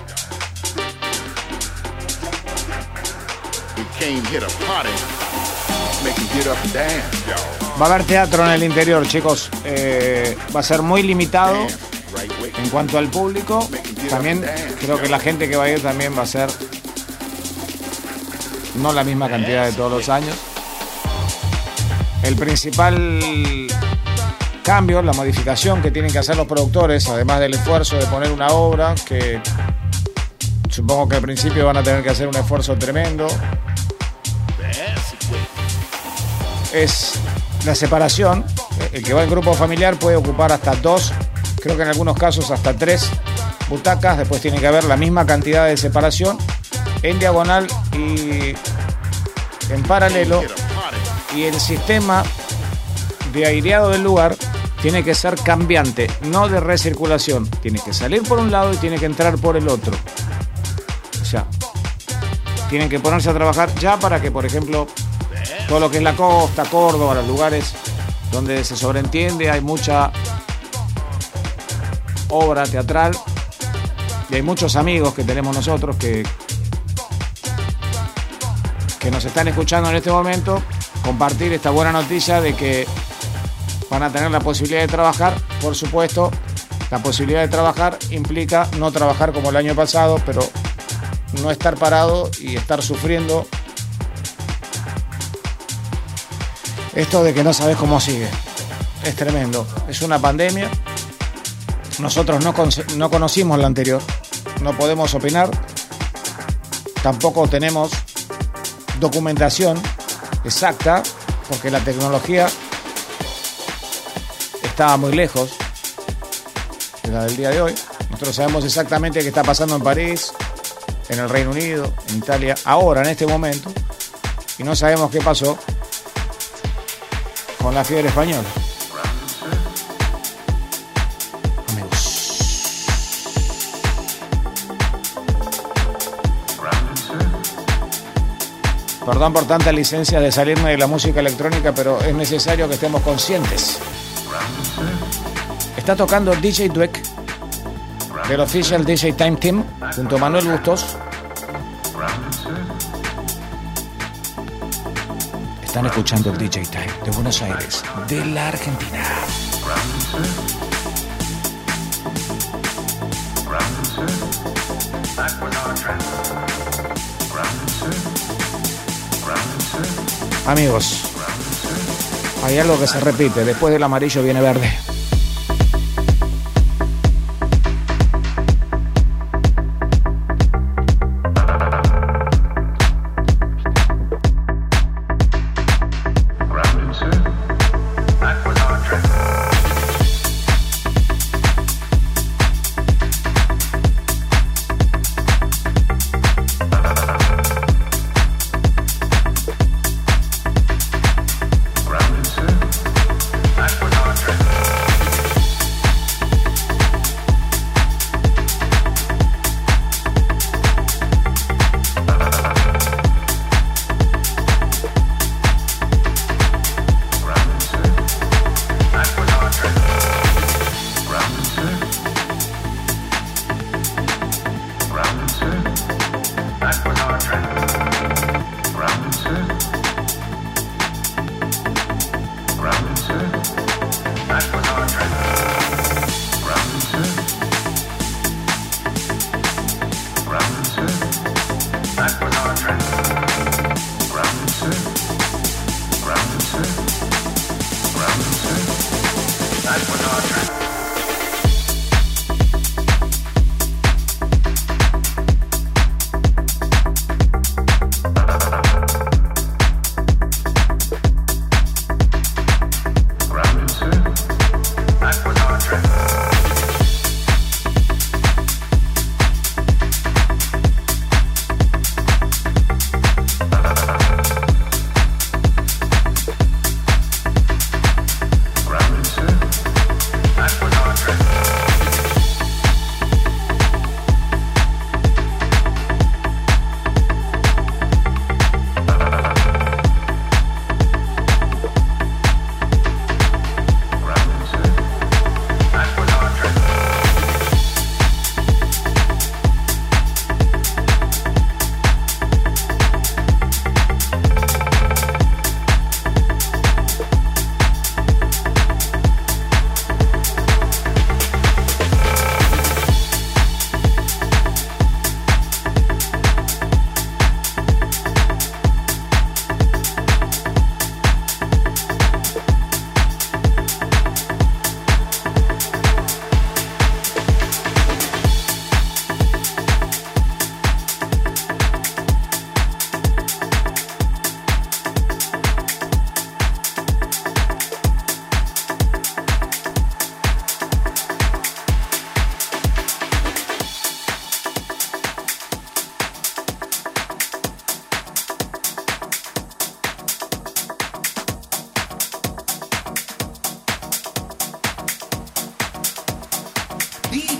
We came here to party. Make him get up and dance, y'all. Va a haber teatro en el interior, chicos. Va a ser muy limitado en cuanto al público. También creo que la gente que va a ir también va a ser no la misma cantidad de todos los años. El principal cambio, la modificación que tienen que hacer los productores, además del esfuerzo de poner una obra, que supongo que al principio van a tener que hacer un esfuerzo tremendo, es la separación. El que va en grupo familiar puede ocupar hasta 2, creo que en algunos casos hasta 3 butacas, después tiene que haber la misma cantidad de separación en diagonal y en paralelo, y el sistema de aireado del lugar tiene que ser cambiante, no de recirculación. Tiene que salir por un lado y tiene que entrar por el otro. O sea, tienen que ponerse a trabajar ya para que, por ejemplo, todo lo que es la costa, Córdoba, los lugares donde se sobreentiende, hay mucha obra teatral y hay muchos amigos que tenemos nosotros que nos están escuchando en este momento, compartir esta buena noticia de que van a tener la posibilidad de trabajar. Por supuesto, la posibilidad de trabajar implica no trabajar como el año pasado, pero no estar parado y estar sufriendo esto de que no sabes cómo sigue. Es tremendo, es una pandemia. Nosotros no conocimos la anterior, no podemos opinar, tampoco tenemos documentación exacta, porque la tecnología está muy lejos de la del día de hoy. Nosotros sabemos exactamente qué está pasando en París, en el Reino Unido, en Italia, ahora, en este momento, y no sabemos qué pasó con la fiebre española. Perdón por tanta licencia de salirme de la música electrónica, pero es necesario que estemos conscientes. Está tocando DJ Dweck del Official DJ Time Team junto a Manuel Bustos. Están escuchando el DJ Time de Buenos Aires, de la Argentina. Amigos, hay algo que se repite, después del amarillo viene verde.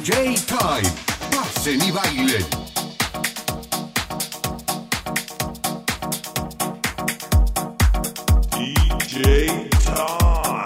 DJ Time. Pasen y bailen. DJ Time.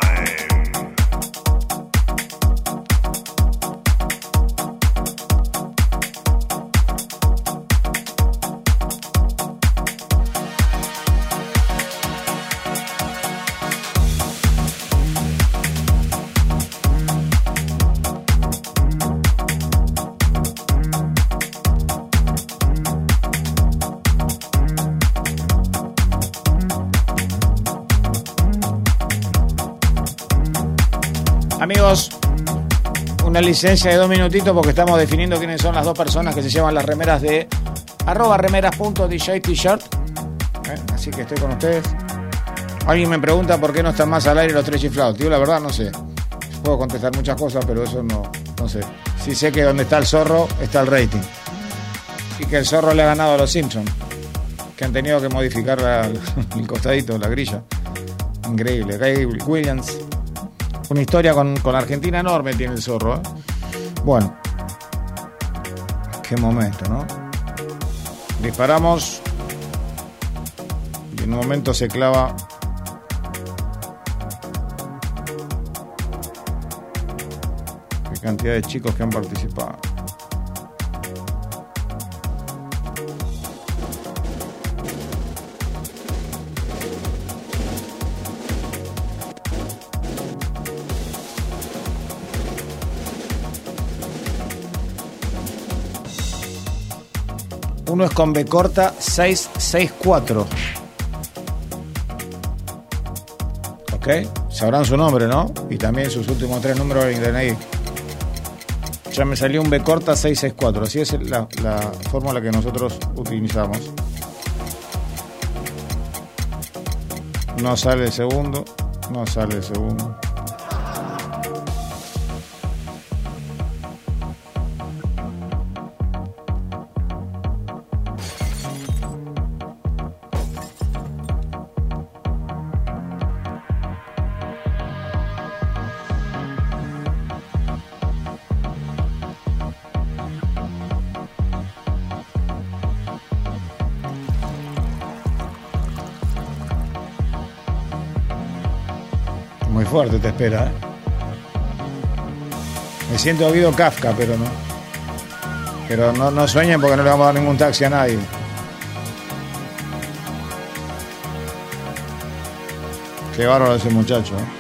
Amigos, una licencia de 2 minutitos porque estamos definiendo quiénes son las dos personas que se llevan las remeras de @remeras.djt-shirt. Así que estoy con ustedes. Alguien me pregunta por qué no están más al aire los tres chiflados. Tío, la verdad no sé. Puedo contestar muchas cosas, pero eso no sé. Sí sé que donde está el zorro está el rating. Y que el zorro le ha ganado a los Simpsons, que han tenido que modificar el costadito, la grilla. Increíble. Ray Williams. Una historia con Argentina enorme tiene el zorro, ¿eh? Bueno, qué momento, ¿no? Disparamos y en un momento se clava qué cantidad de chicos que han participado. Uno es con B corta 664. Ok, sabrán su nombre, ¿no? Y también sus últimos 3 números del DNI. Ya me salió un B corta 664. Así es la fórmula que nosotros utilizamos. No sale el segundo. No sale el segundo. Muy fuerte te espera, ¿eh? Me siento oído Kafka, pero no. Pero no sueñen porque no le vamos a dar ningún taxi a nadie. Qué bárbaro ese muchacho, ¿eh?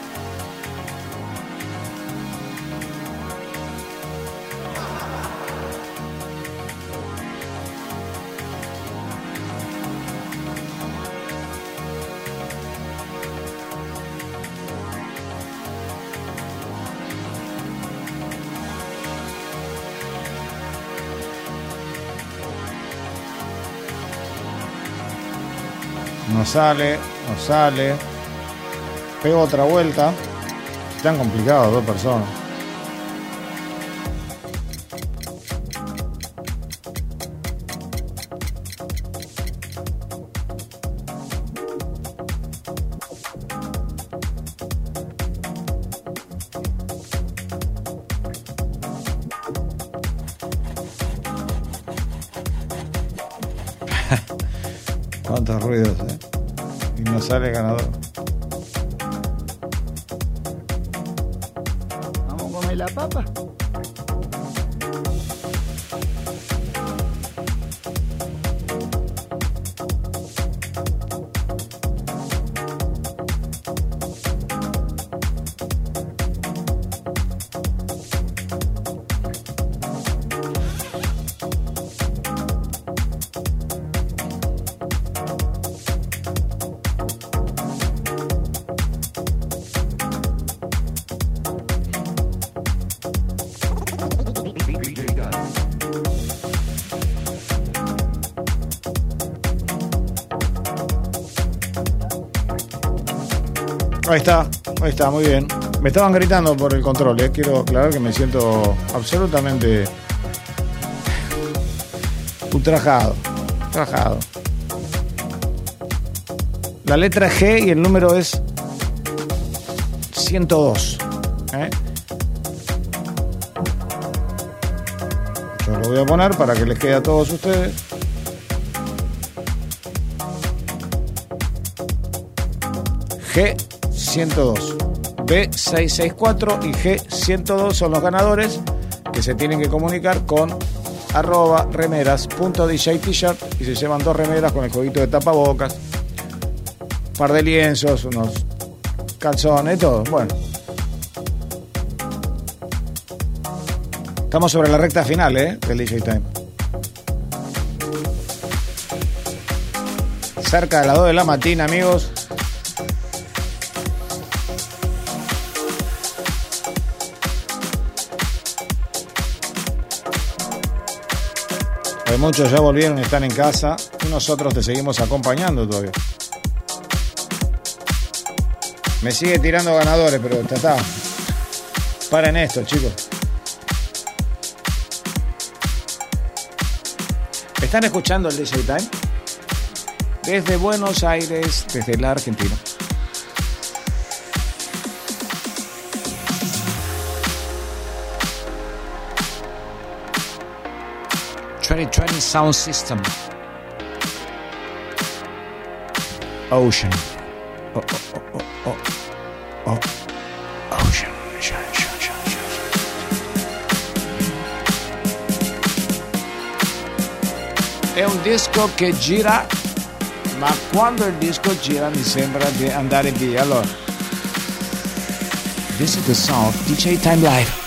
No sale. Pego otra vuelta. Están complicados 2 personas. Cuántos ruidos, ¿eh? Y no sale ganador. Vamos a comer la papa. Ahí está, muy bien. Me estaban gritando por el control, ¿eh? Quiero aclarar que me siento absolutamente ultrajado. La letra G y el número es 102. Yo lo voy a poner para que les quede a todos ustedes. G102, B664 y G102 son los ganadores que se tienen que comunicar con @remeras.djt-shirt y se llevan 2 remeras con el jueguito de tapabocas, un par de lienzos, unos calzones, todo. Bueno, estamos sobre la recta final del DJ Time. Cerca de las 2 de la mañana, amigos. Muchos ya volvieron y están en casa y nosotros te seguimos acompañando todavía. Me sigue tirando ganadores, pero ya está. Paren esto, chicos. ¿Están escuchando el DJ Time? Desde Buenos Aires, desde la Argentina. Training Sound System. Ocean. Ocean. È un disco che gira, ma quando il disco gira mi sembra di andare via. Allora, this is the sound of DJ Time Live.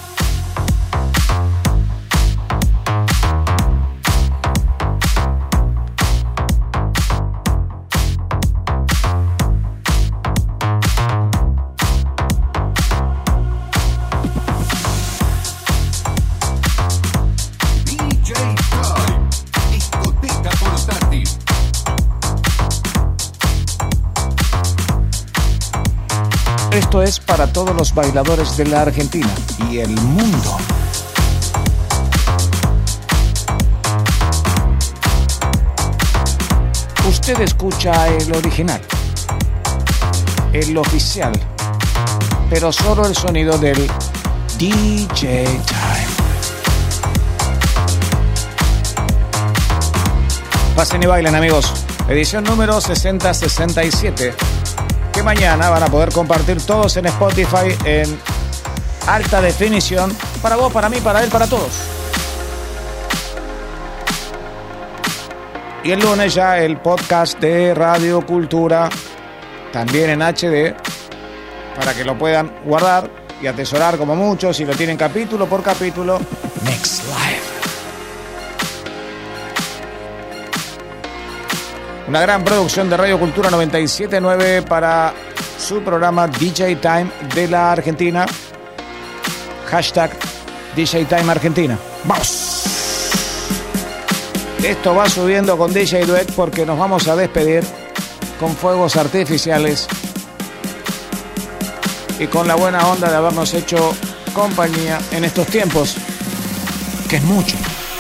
Esto es para todos los bailadores de la Argentina y el mundo. Usted escucha el original, el oficial, pero solo el sonido del DJ Time. Pasen y bailen, amigos. Edición número 6067. Que mañana van a poder compartir todos en Spotify en alta definición. Para vos, para mí, para él, para todos. Y el lunes ya el podcast de Radio Cultura, también en HD, para que lo puedan guardar y atesorar como muchos, si lo tienen capítulo por capítulo. Next Live. Una gran producción de Radio Cultura 97.9 para su programa DJ Time de la Argentina. Hashtag DJ Time Argentina. ¡Vamos! Esto va subiendo con DJ Duet porque nos vamos a despedir con fuegos artificiales y con la buena onda de habernos hecho compañía en estos tiempos, que es mucho.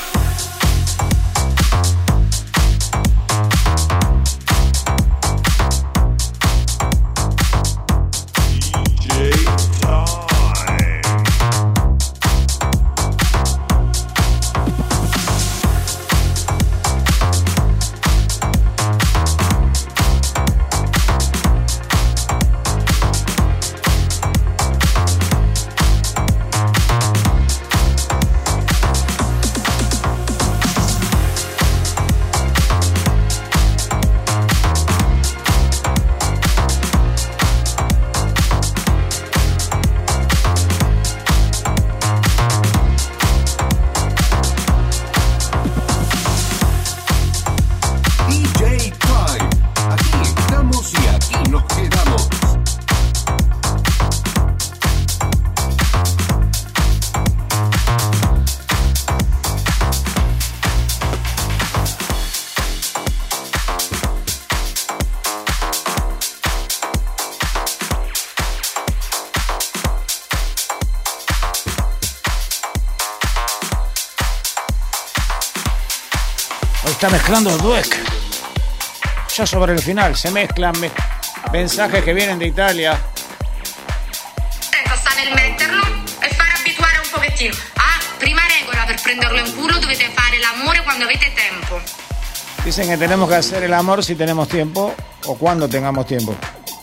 Está mezclando Dweck. Ya sobre el final se mezclan mensajes che vienen da Italia. Sta nel metterlo e far abituare un pochettino. Ah, prima regola per prenderlo in culo dovete fare l'amore quando avete tempo. Dicen que tenemos que hacer el amor si tenemos tiempo o cuando tengamos tiempo.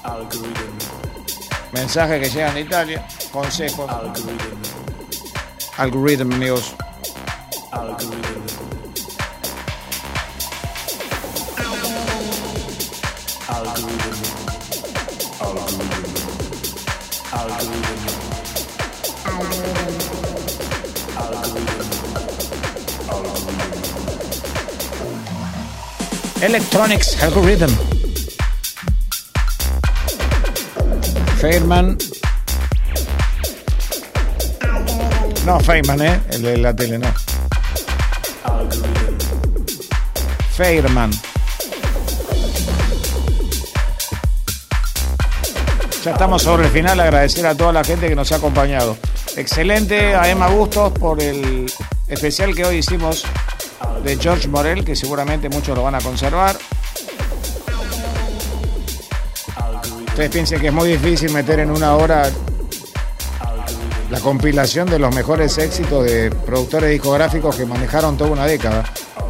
Mensajes que llegan de Italia, consejos. Algorithm, amigos. Electronics Algorithm. Feynman. No, Feynman, el de la tele, no. Feynman. Ya estamos sobre el final. Agradecer a toda la gente que nos ha acompañado. Excelente a Emma Bustos por el especial que hoy hicimos de George Morel, que seguramente muchos lo van a conservar. Ustedes piensen que es muy difícil meter en una hora la compilación de los mejores éxitos de productores discográficos que manejaron toda una década.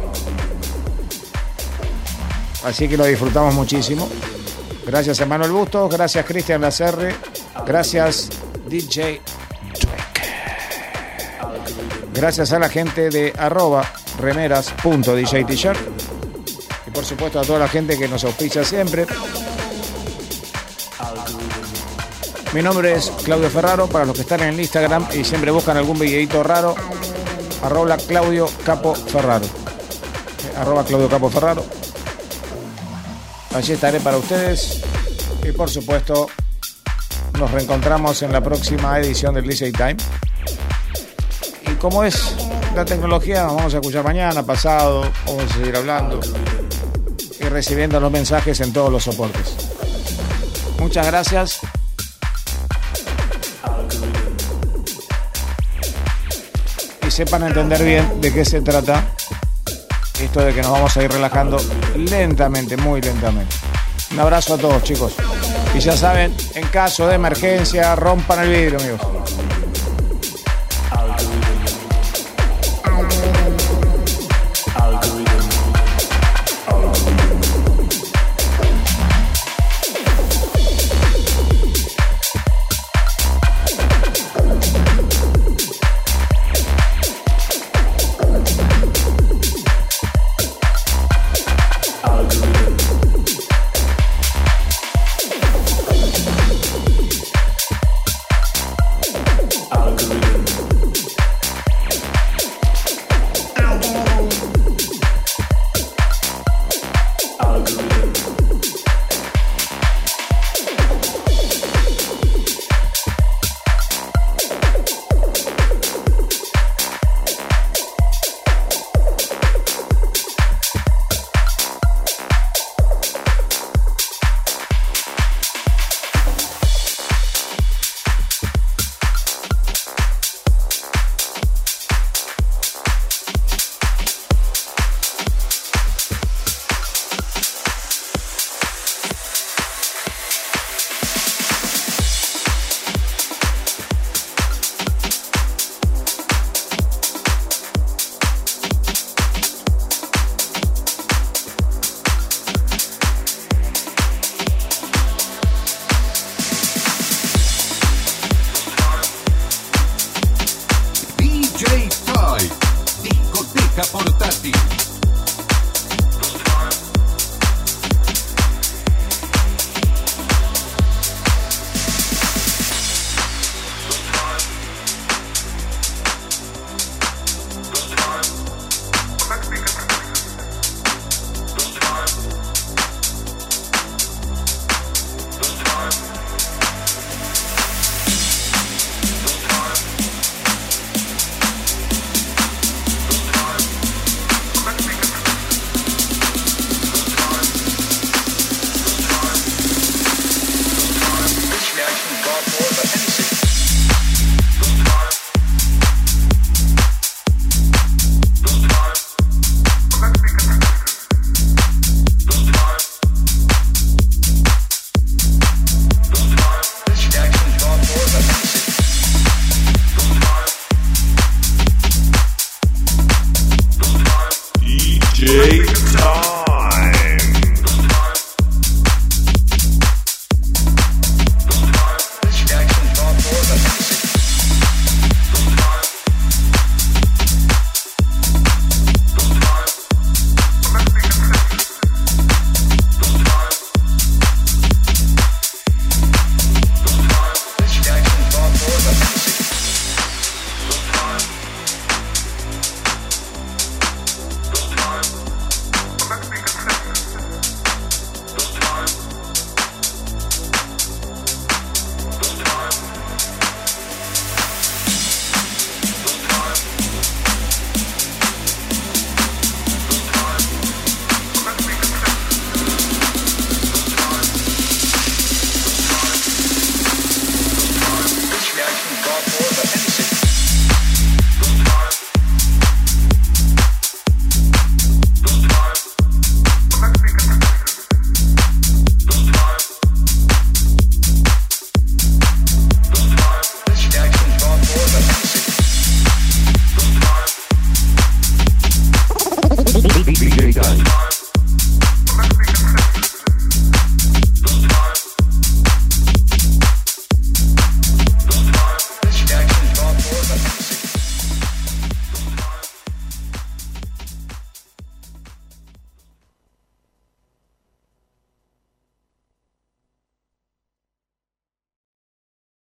Así que lo disfrutamos muchísimo. Gracias a Manuel Bustos, gracias Cristian Lacerre, gracias DJ Twek. Gracias a la gente de @remeras.djt-shirt y por supuesto a toda la gente que nos auspicia siempre. Mi nombre es Claudio Ferraro, para los que están en el Instagram y siempre buscan algún videito raro, @Claudio Capo Ferraro. @Claudio Capo Ferraro. Allí estaré para ustedes y por supuesto nos reencontramos en la próxima edición del DJ Time. Y como es la tecnología, nos vamos a escuchar mañana, pasado, vamos a seguir hablando y recibiendo los mensajes en todos los soportes. Muchas gracias. Y sepan entender bien de qué se trata esto de que nos vamos a ir relajando lentamente, muy lentamente. Un abrazo a todos, chicos. Y ya saben, en caso de emergencia, rompan el vidrio, amigos.